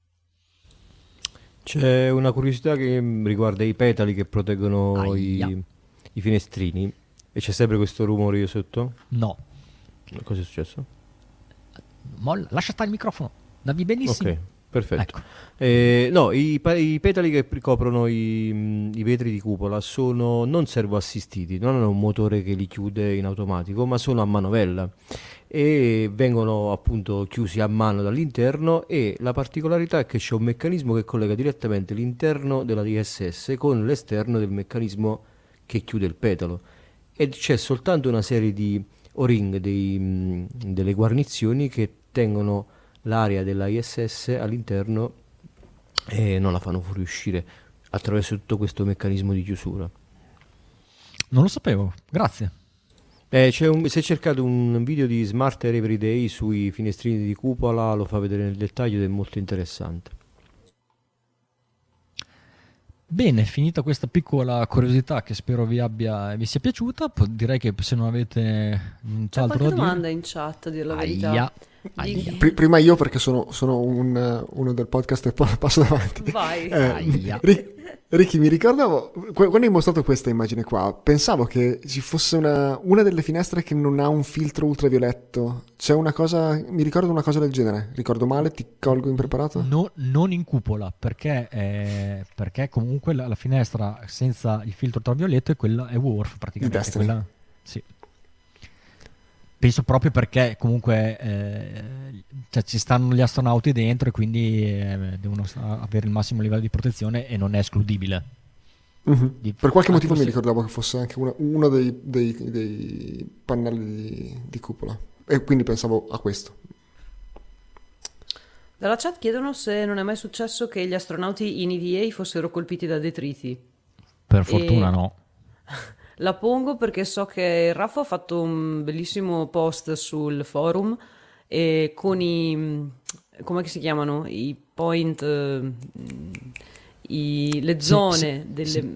C'è una curiosità che riguarda i petali che proteggono
Aia.
i, i finestrini, e c'è sempre questo rumore io sotto?
No,
Cosa è successo?
molla, lascia stare il microfono, davi benissimo.
Ok, perfetto.
Ecco.
Eh, no, i, pa- i petali che ricoprono i, mh, i vetri di cupola sono non servoassistiti, non hanno un motore che li chiude in automatico, ma sono a manovella e vengono appunto chiusi a mano dall'interno. E la particolarità è che c'è un meccanismo che collega direttamente l'interno della D S S con l'esterno del meccanismo che chiude il petalo, e c'è soltanto una serie di o-ring, dei, mh, delle guarnizioni che tengono l'aria della I S S all'interno e non la fanno fuoriuscire attraverso tutto questo meccanismo di chiusura.
Non lo sapevo, grazie.
Eh, c'è un, se cercate un video di Smart Air Everyday sui finestrini di cupola, lo fa vedere nel dettaglio ed è molto interessante.
Bene, finita questa piccola curiosità che spero vi abbia vi sia piaciuta, po- direi che se non avete
C'è
nient'altro
qualche
da dire...
domanda in chat, a dire la verità.
Aia,
Di-
aia.
Pri- prima io, perché sono, sono un, uno del podcast e poi passo davanti.
Vai.
Eh,
Aia.
Ri- Ricky, mi ricordavo, qu- quando hai mostrato questa immagine qua, pensavo che ci fosse una, una delle finestre che non ha un filtro ultravioletto. C'è una cosa, mi ricordo una cosa del genere. Ricordo male? Ti colgo impreparato?
No, non in cupola, perché, eh, perché comunque la, la finestra senza il filtro ultravioletto è quella, è Worf praticamente.
Di Destiny.
Quella, sì. Penso proprio perché comunque eh, cioè, ci stanno gli astronauti dentro e quindi eh, devono sta- avere il massimo livello di protezione e non è escludibile.
Mhm.
Di-
Per qualche
anche
motivo mi
se-
ricordavo che fosse anche una- uno dei, dei- dei pannelli di, di cupola. E quindi pensavo a questo.
Dalla chat chiedono se non è mai successo che gli astronauti in E V A fossero colpiti da detriti.
Per fortuna
E-
no.
La pongo perché so che Raffo ha fatto un bellissimo post sul forum e con i... come si chiamano? I point... eh, i- le
Sì,
zone
sì,
delle...
sì.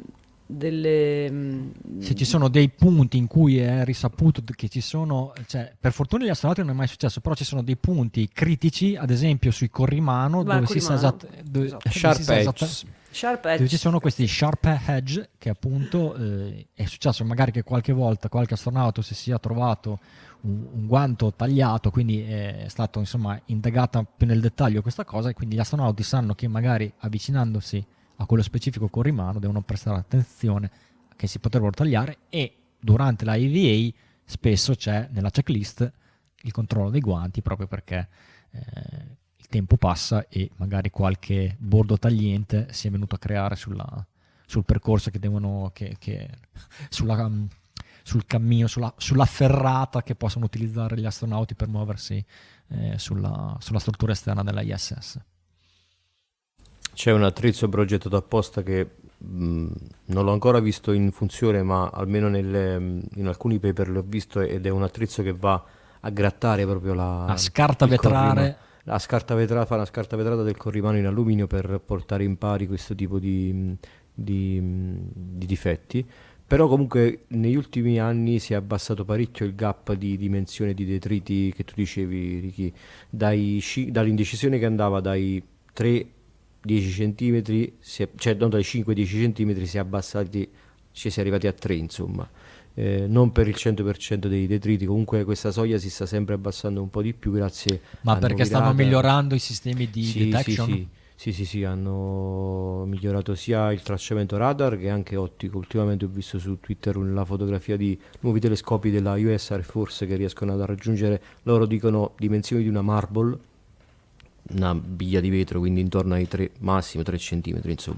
delle... mm,
Se ci sono dei punti in cui è risaputo che ci sono, cioè, per fortuna gli astronauti non è mai successo, però ci sono dei punti critici, ad esempio sui corrimano,
Beh,
dove si sa
corrimano,
esatt- dove-
esatto.
dove si
Sharp
sa
edge.
esatta-
Sharp
dove
Edge.
ci sono questi sharp edge che appunto eh, è successo magari che qualche volta qualche astronauta si sia trovato un, un guanto tagliato, quindi è stato insomma indagata più nel dettaglio questa cosa, e quindi gli astronauti sanno che magari avvicinandosi a quello specifico corrimano devono prestare attenzione che si potrebbero tagliare, e durante la E V A spesso c'è nella checklist il controllo dei guanti, proprio perché eh, il tempo passa e magari qualche bordo tagliente si è venuto a creare sulla, sul percorso che devono che, che sulla, sul cammino, sulla, sulla ferrata che possono utilizzare gli astronauti per muoversi eh, sulla, sulla struttura esterna della I S S.
C'è un attrezzo progettato apposta che mh, non l'ho ancora visto in funzione, ma almeno nelle, in alcuni paper l'ho visto, ed è un attrezzo che va a grattare proprio la
A scarta
il
vetrare.
corrimano. La scarta vetrata, fa una scarta vetrata del corrimano in alluminio per portare in pari questo tipo di, di, di difetti. Però comunque negli ultimi anni si è abbassato parecchio il gap di dimensione di detriti che tu dicevi, Ricky, dai, sci- dall'indecisione che andava dai tre dieci centimetri, si è, cioè non dai cinque dieci centimetri, si è abbassati, ci si è arrivati a tre, insomma. Eh, non per il cento per cento dei detriti, comunque questa soglia si sta sempre abbassando un po' di più grazie
Ma
a
perché
nuovi
stanno
radar.
migliorando i sistemi di
Sì,
detection?
Sì, sì. Sì, sì, sì, hanno migliorato sia il tracciamento radar che anche ottico. Ultimamente ho visto su Twitter una fotografia di nuovi telescopi della U S Air Force che riescono ad raggiungere, loro dicono, dimensioni di una marble, una biglia di vetro, quindi intorno ai tre, massimo tre centimetri, insomma.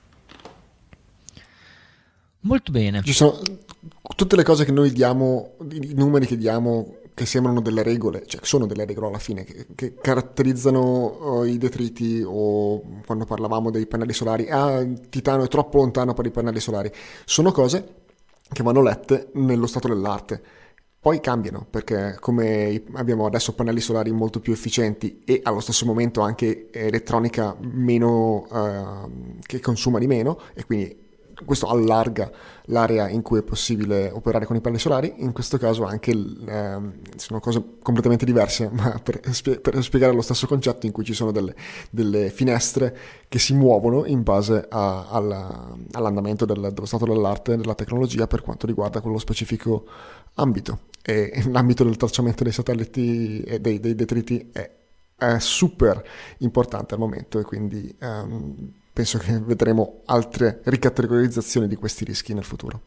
Molto bene.
Ci sono tutte le cose che noi diamo, i numeri che diamo, che sembrano delle regole, cioè sono delle regole alla fine, che, che caratterizzano uh, i detriti, o quando parlavamo dei pannelli solari, ah, il titano è troppo lontano per i pannelli solari, sono cose che vanno lette nello stato dell'arte. Poi cambiano, perché come abbiamo adesso pannelli solari molto più efficienti e allo stesso momento anche elettronica meno uh, che consuma di meno, e quindi questo allarga l'area in cui è possibile operare con i pannelli solari. In questo caso anche ehm, sono cose completamente diverse, ma per, spie- per spiegare lo stesso concetto, in cui ci sono delle, delle finestre che si muovono in base a, alla, all'andamento del, dello stato dell'arte, della tecnologia, per quanto riguarda quello specifico ambito. E l'ambito del tracciamento dei satelliti e dei, dei detriti è, è super importante al momento, e quindi ehm, penso che vedremo altre ricategorizzazioni di questi rischi nel futuro.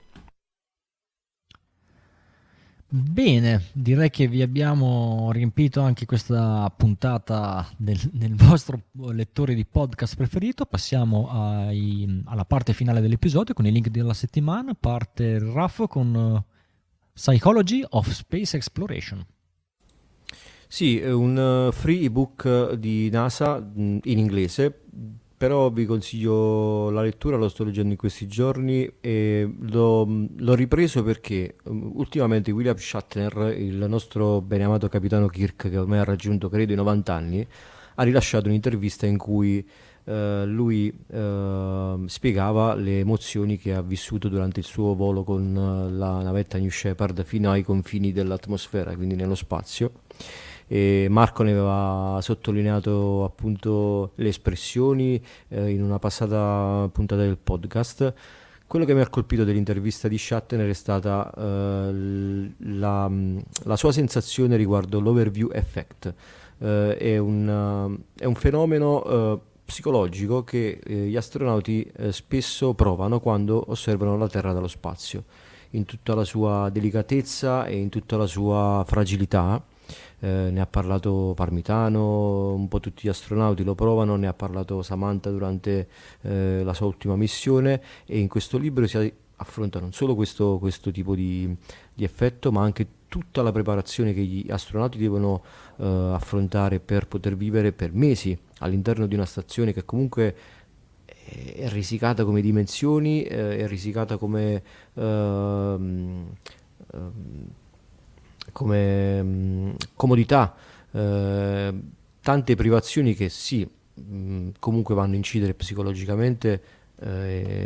Bene, direi che vi abbiamo riempito anche questa puntata del, del vostro lettore di podcast preferito. Passiamo ai, alla parte finale dell'episodio con i link della settimana. Parte il Raffo con uh, Psychology of Space Exploration.
Sì, è un uh, free ebook di NASA mh, in inglese, però vi consiglio la lettura, lo sto leggendo in questi giorni e l'ho, l'ho ripreso perché um, ultimamente William Shatner, il nostro beneamato capitano Kirk, che ormai ha raggiunto credo i novanta anni, ha rilasciato un'intervista in cui uh, lui uh, spiegava le emozioni che ha vissuto durante il suo volo con uh, la navetta New Shepard fino ai confini dell'atmosfera, quindi nello spazio. E Marco ne aveva sottolineato appunto le espressioni eh, in una passata puntata del podcast. Quello che mi ha colpito dell'intervista di Shatner è stata eh, la, la sua sensazione riguardo l'overview effect. Eh, è, un, è un fenomeno eh, psicologico che eh, gli astronauti eh, spesso provano quando osservano la Terra dallo spazio, in tutta la sua delicatezza e in tutta la sua fragilità. Eh, ne ha parlato Parmitano, un po' tutti gli astronauti lo provano, ne ha parlato Samantha durante eh, la sua ultima missione, e in questo libro si affronta non solo questo, questo tipo di, di effetto, ma anche tutta la preparazione che gli astronauti devono eh, affrontare per poter vivere per mesi all'interno di una stazione che comunque è risicata come dimensioni, eh, è risicata come ehm, ehm, come mh, comodità, eh, tante privazioni che sì, mh, comunque vanno a incidere psicologicamente eh,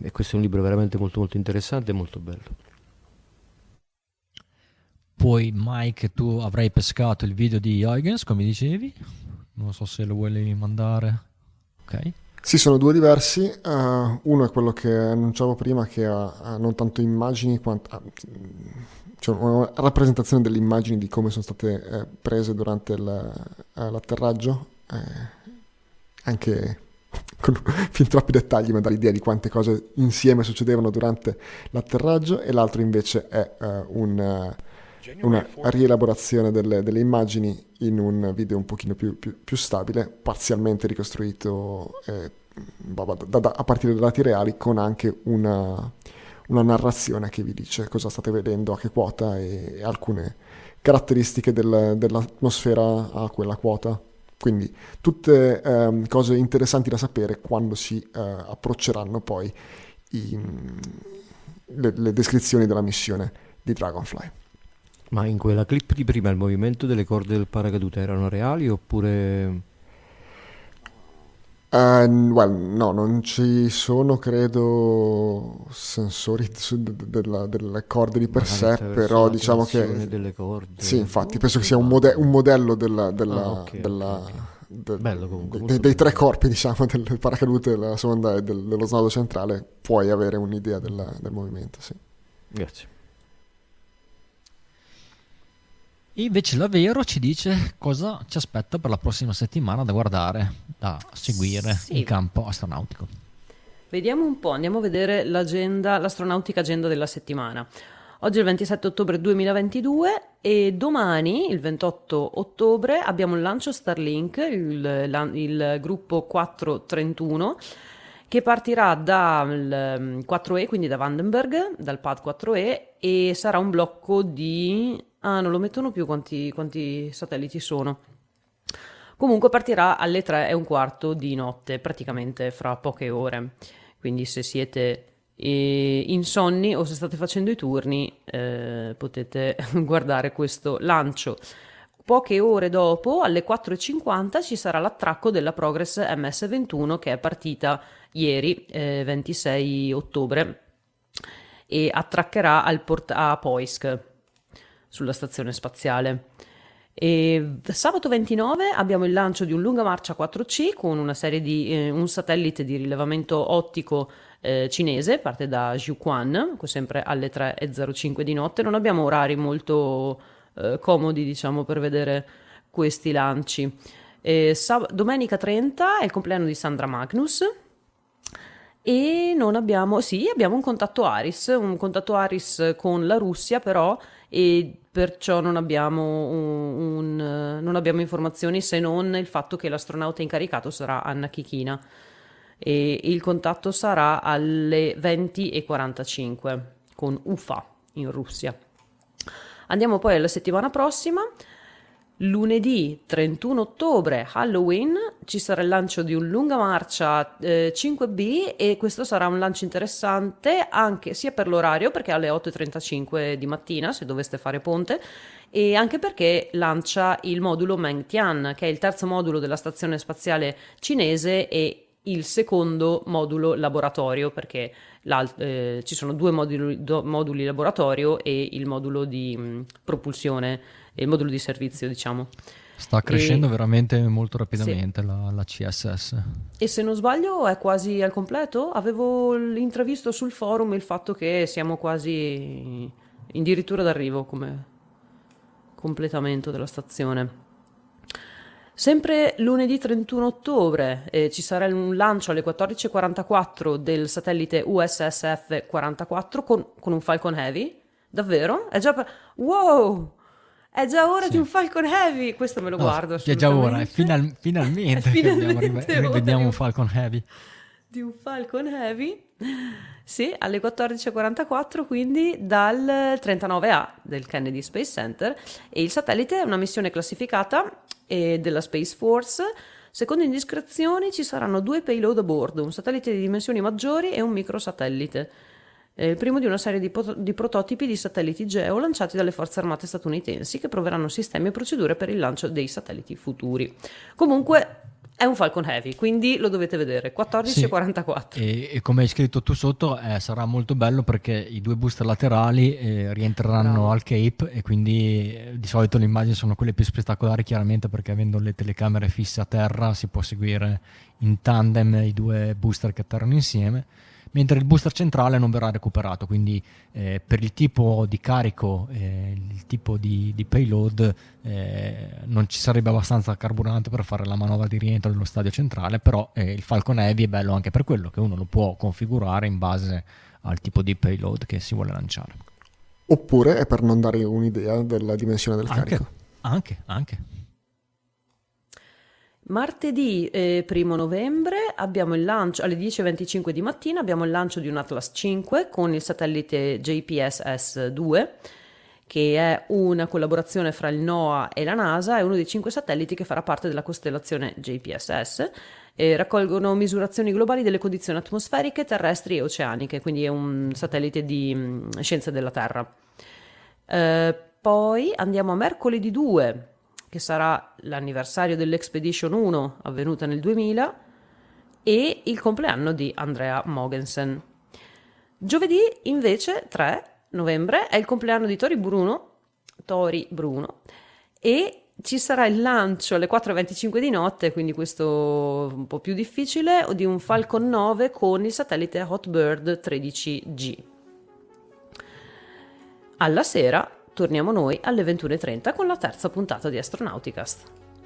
e questo è un libro veramente molto molto interessante e molto bello.
Poi Mike, tu avrai pescato il video di Huygens, come dicevi, non so se lo vuoi mandare. Ok.
Sì, sono due diversi. Uh, uno è quello che annunciavo prima, che ha, ha non tanto immagini quanto ha, cioè una rappresentazione delle immagini di come sono state eh, prese durante il, eh, l'atterraggio, eh, anche con fin troppi dettagli, ma dà l'idea di quante cose insieme succedevano durante l'atterraggio. E l'altro invece è uh, un, uh, una rielaborazione delle, delle immagini in un video un pochino più, più, più stabile, parzialmente ricostruito eh, da, da, a partire dai dati reali, con anche una, una narrazione che vi dice cosa state vedendo, a che quota e, e alcune caratteristiche del, dell'atmosfera a quella quota. Quindi tutte eh, cose interessanti da sapere quando si eh, approcceranno poi i, le, le descrizioni della missione di Dragonfly.
Ma in quella clip di prima il movimento delle corde del paracadute erano reali oppure...
Uh, well, no, non ci sono, credo, sensori su, de, de, della, delle corde di per sé, però diciamo che...
delle corde.
Sì, infatti, penso che sia un, mode- un modello della, della,
ah, okay,
della,
okay.
De,
Bello comunque,
de, dei tre corpi, diciamo, del paracadute, della sonda e del, dello snodo centrale, puoi avere un'idea della, del movimento, sì.
Grazie.
E invece la Vero ci dice cosa ci aspetta per la prossima settimana da guardare, da seguire
sì.
in campo astronautico.
Vediamo un po', andiamo a vedere l'agenda, l'astronautica agenda della settimana. Oggi è il ventisette ottobre duemilaventidue e domani, il ventotto ottobre, abbiamo il lancio Starlink, il, il gruppo quattrocentotrentuno, che partirà dal quattro E, quindi da Vandenberg, dal pad quattro E, e sarà un blocco di... Ah, non lo mettono più quanti, quanti satelliti sono. Comunque partirà alle tre e un quarto di notte, praticamente fra poche ore. Quindi se siete eh, insonni o se state facendo i turni, eh, potete guardare questo lancio. Poche ore dopo, alle quattro e cinquanta, ci sarà l'attracco della Progress M S ventuno, che è partita ieri, eh, ventisei ottobre, e attraccherà al port- a Poisk, sulla stazione spaziale. E sabato ventinove abbiamo il lancio di un lunga marcia quattro C con una serie di eh, un satellite di rilevamento ottico eh, cinese, parte da Jiuquan, sempre alle tre e zero cinque di notte. Non abbiamo orari molto eh, comodi, diciamo, per vedere questi lanci. E sab- domenica trenta è il compleanno di Sandra Magnus. E non abbiamo, sì, abbiamo un contatto ARIS, un contatto ARIS con la Russia, però, e perciò non abbiamo, un, un, non abbiamo informazioni, se non il fatto che l'astronauta incaricato sarà Anna Kichina, e il contatto sarà alle venti e quarantacinque con U F A in Russia. Andiamo poi alla settimana prossima. Lunedì trentuno ottobre, Halloween, ci sarà il lancio di un lunga marcia eh, cinque B, e questo sarà un lancio interessante anche sia per l'orario, perché alle otto e trentacinque di mattina, se doveste fare ponte, e anche perché lancia il modulo Mengtian, che è il terzo modulo della stazione spaziale cinese e il secondo modulo laboratorio, perché eh, ci sono due moduli, do, moduli laboratorio e il modulo di mh, propulsione, il modulo di servizio, diciamo.
Sta crescendo
e,
veramente molto rapidamente, sì, la, la C S S.
E se non sbaglio è quasi al completo. Avevo intravisto sul forum il fatto che siamo quasi addirittura d'arrivo come completamento della stazione. Sempre lunedì trentuno ottobre eh, ci sarà un lancio alle quattordici e quarantaquattro del satellite U S S F quarantaquattro con, con un Falcon Heavy. Davvero? È già per... Wow! È già ora, sì, di un Falcon Heavy. Questo me lo no, guardo
è già ora, è final, finalmente,
è finalmente
che rivediamo un Falcon Heavy.
Di un Falcon Heavy. Sì, alle quattordici e quarantaquattro, quindi dal trentanove A del Kennedy Space Center, e il satellite è una missione classificata eh, della Space Force. Secondo indiscrezioni ci saranno due payload a bordo, un satellite di dimensioni maggiori e un microsatellite. Il primo di una serie di, pot- di prototipi di satelliti Geo lanciati dalle forze armate statunitensi, che proveranno sistemi e procedure per il lancio dei satelliti futuri. Comunque È un Falcon Heavy, quindi lo dovete vedere, quattordici e quarantaquattro.
E, e come hai scritto tu sotto, eh, sarà molto bello perché i due booster laterali eh, rientreranno
Bravo.
al Cape, e quindi eh, di solito le immagini sono quelle più spettacolari, chiaramente perché avendo le telecamere fisse a terra si può seguire in tandem i due booster che atterrano insieme, mentre il booster centrale non verrà recuperato, quindi eh, per il tipo di carico, eh, il tipo di, di payload, eh, non ci sarebbe abbastanza carburante per fare la manovra di rientro dello stadio centrale, però eh, il Falcon Heavy è bello anche per quello, che uno lo può configurare in base al tipo di payload che si vuole lanciare.
Oppure è per non dare un'idea della dimensione del
Anche,
carico.
anche, anche.
Martedì eh, primo novembre abbiamo il lancio alle dieci e venticinque di mattina, abbiamo il lancio di un Atlas cinque con il satellite J P S S due, che è una collaborazione fra il NOAA e la NASA, è uno dei cinque satelliti che farà parte della costellazione J P S S. E raccolgono misurazioni globali delle condizioni atmosferiche, terrestri e oceaniche, quindi è un satellite di mh, scienze della Terra. Eh, poi andiamo a mercoledì due, che sarà l'anniversario dell'Expedition uno avvenuta nel duemila e il compleanno di Andrea Mogensen. Giovedì invece tre novembre è il compleanno di Tori Bruno, Tori Bruno e ci sarà il lancio alle quattro e venticinque di notte, quindi questo un po' più difficile, di un Falcon nove con il satellite Hotbird tredici G. Alla sera torniamo noi alle ventuno e trenta con la terza puntata di Astronauticast.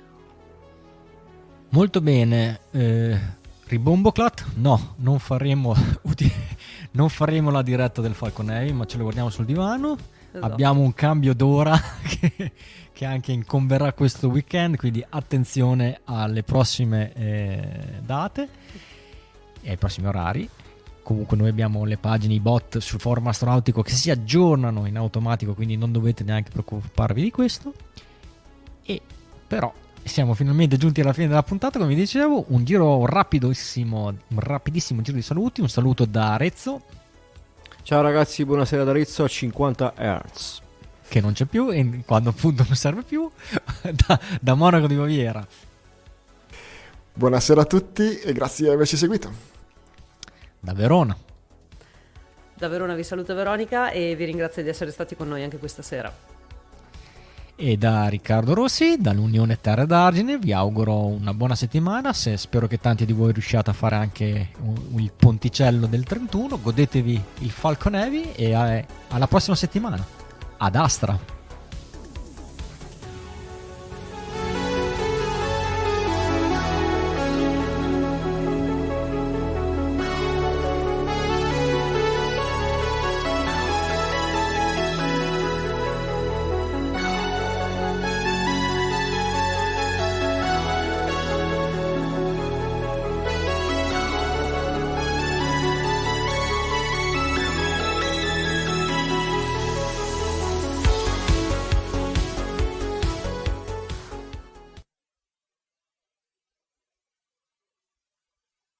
Molto bene, eh, Ribomboclat? No, non faremo, non faremo la diretta del Falcon Heavy, ma ce lo guardiamo sul divano. Esatto. Abbiamo un cambio d'ora che, che anche incomberà questo weekend, quindi attenzione alle prossime eh, date e ai prossimi orari. Comunque noi abbiamo le pagine, i bot sul forum astronautico che si aggiornano in automatico, quindi non dovete neanche preoccuparvi di questo. E però siamo finalmente giunti alla fine della puntata, come vi dicevo, un giro rapidissimo, un rapidissimo giro di saluti. Un saluto da Arezzo.
Ciao ragazzi, buonasera da Arezzo a cinquanta hertz.
Che non c'è più, e quando appunto non serve più, da, da Monaco di Baviera.
Buonasera a tutti e grazie di averci seguito.
Da Verona.
Da Verona vi saluta Veronica e vi ringrazio di essere stati con noi anche questa sera.
E da Riccardo Rossi, dall'Unione Terra d'Argine, vi auguro una buona settimana. Se spero che tanti di voi riusciate a fare anche un, il ponticello del trentuno, godetevi il Falcon Heavy e a, alla prossima settimana. Ad Astra!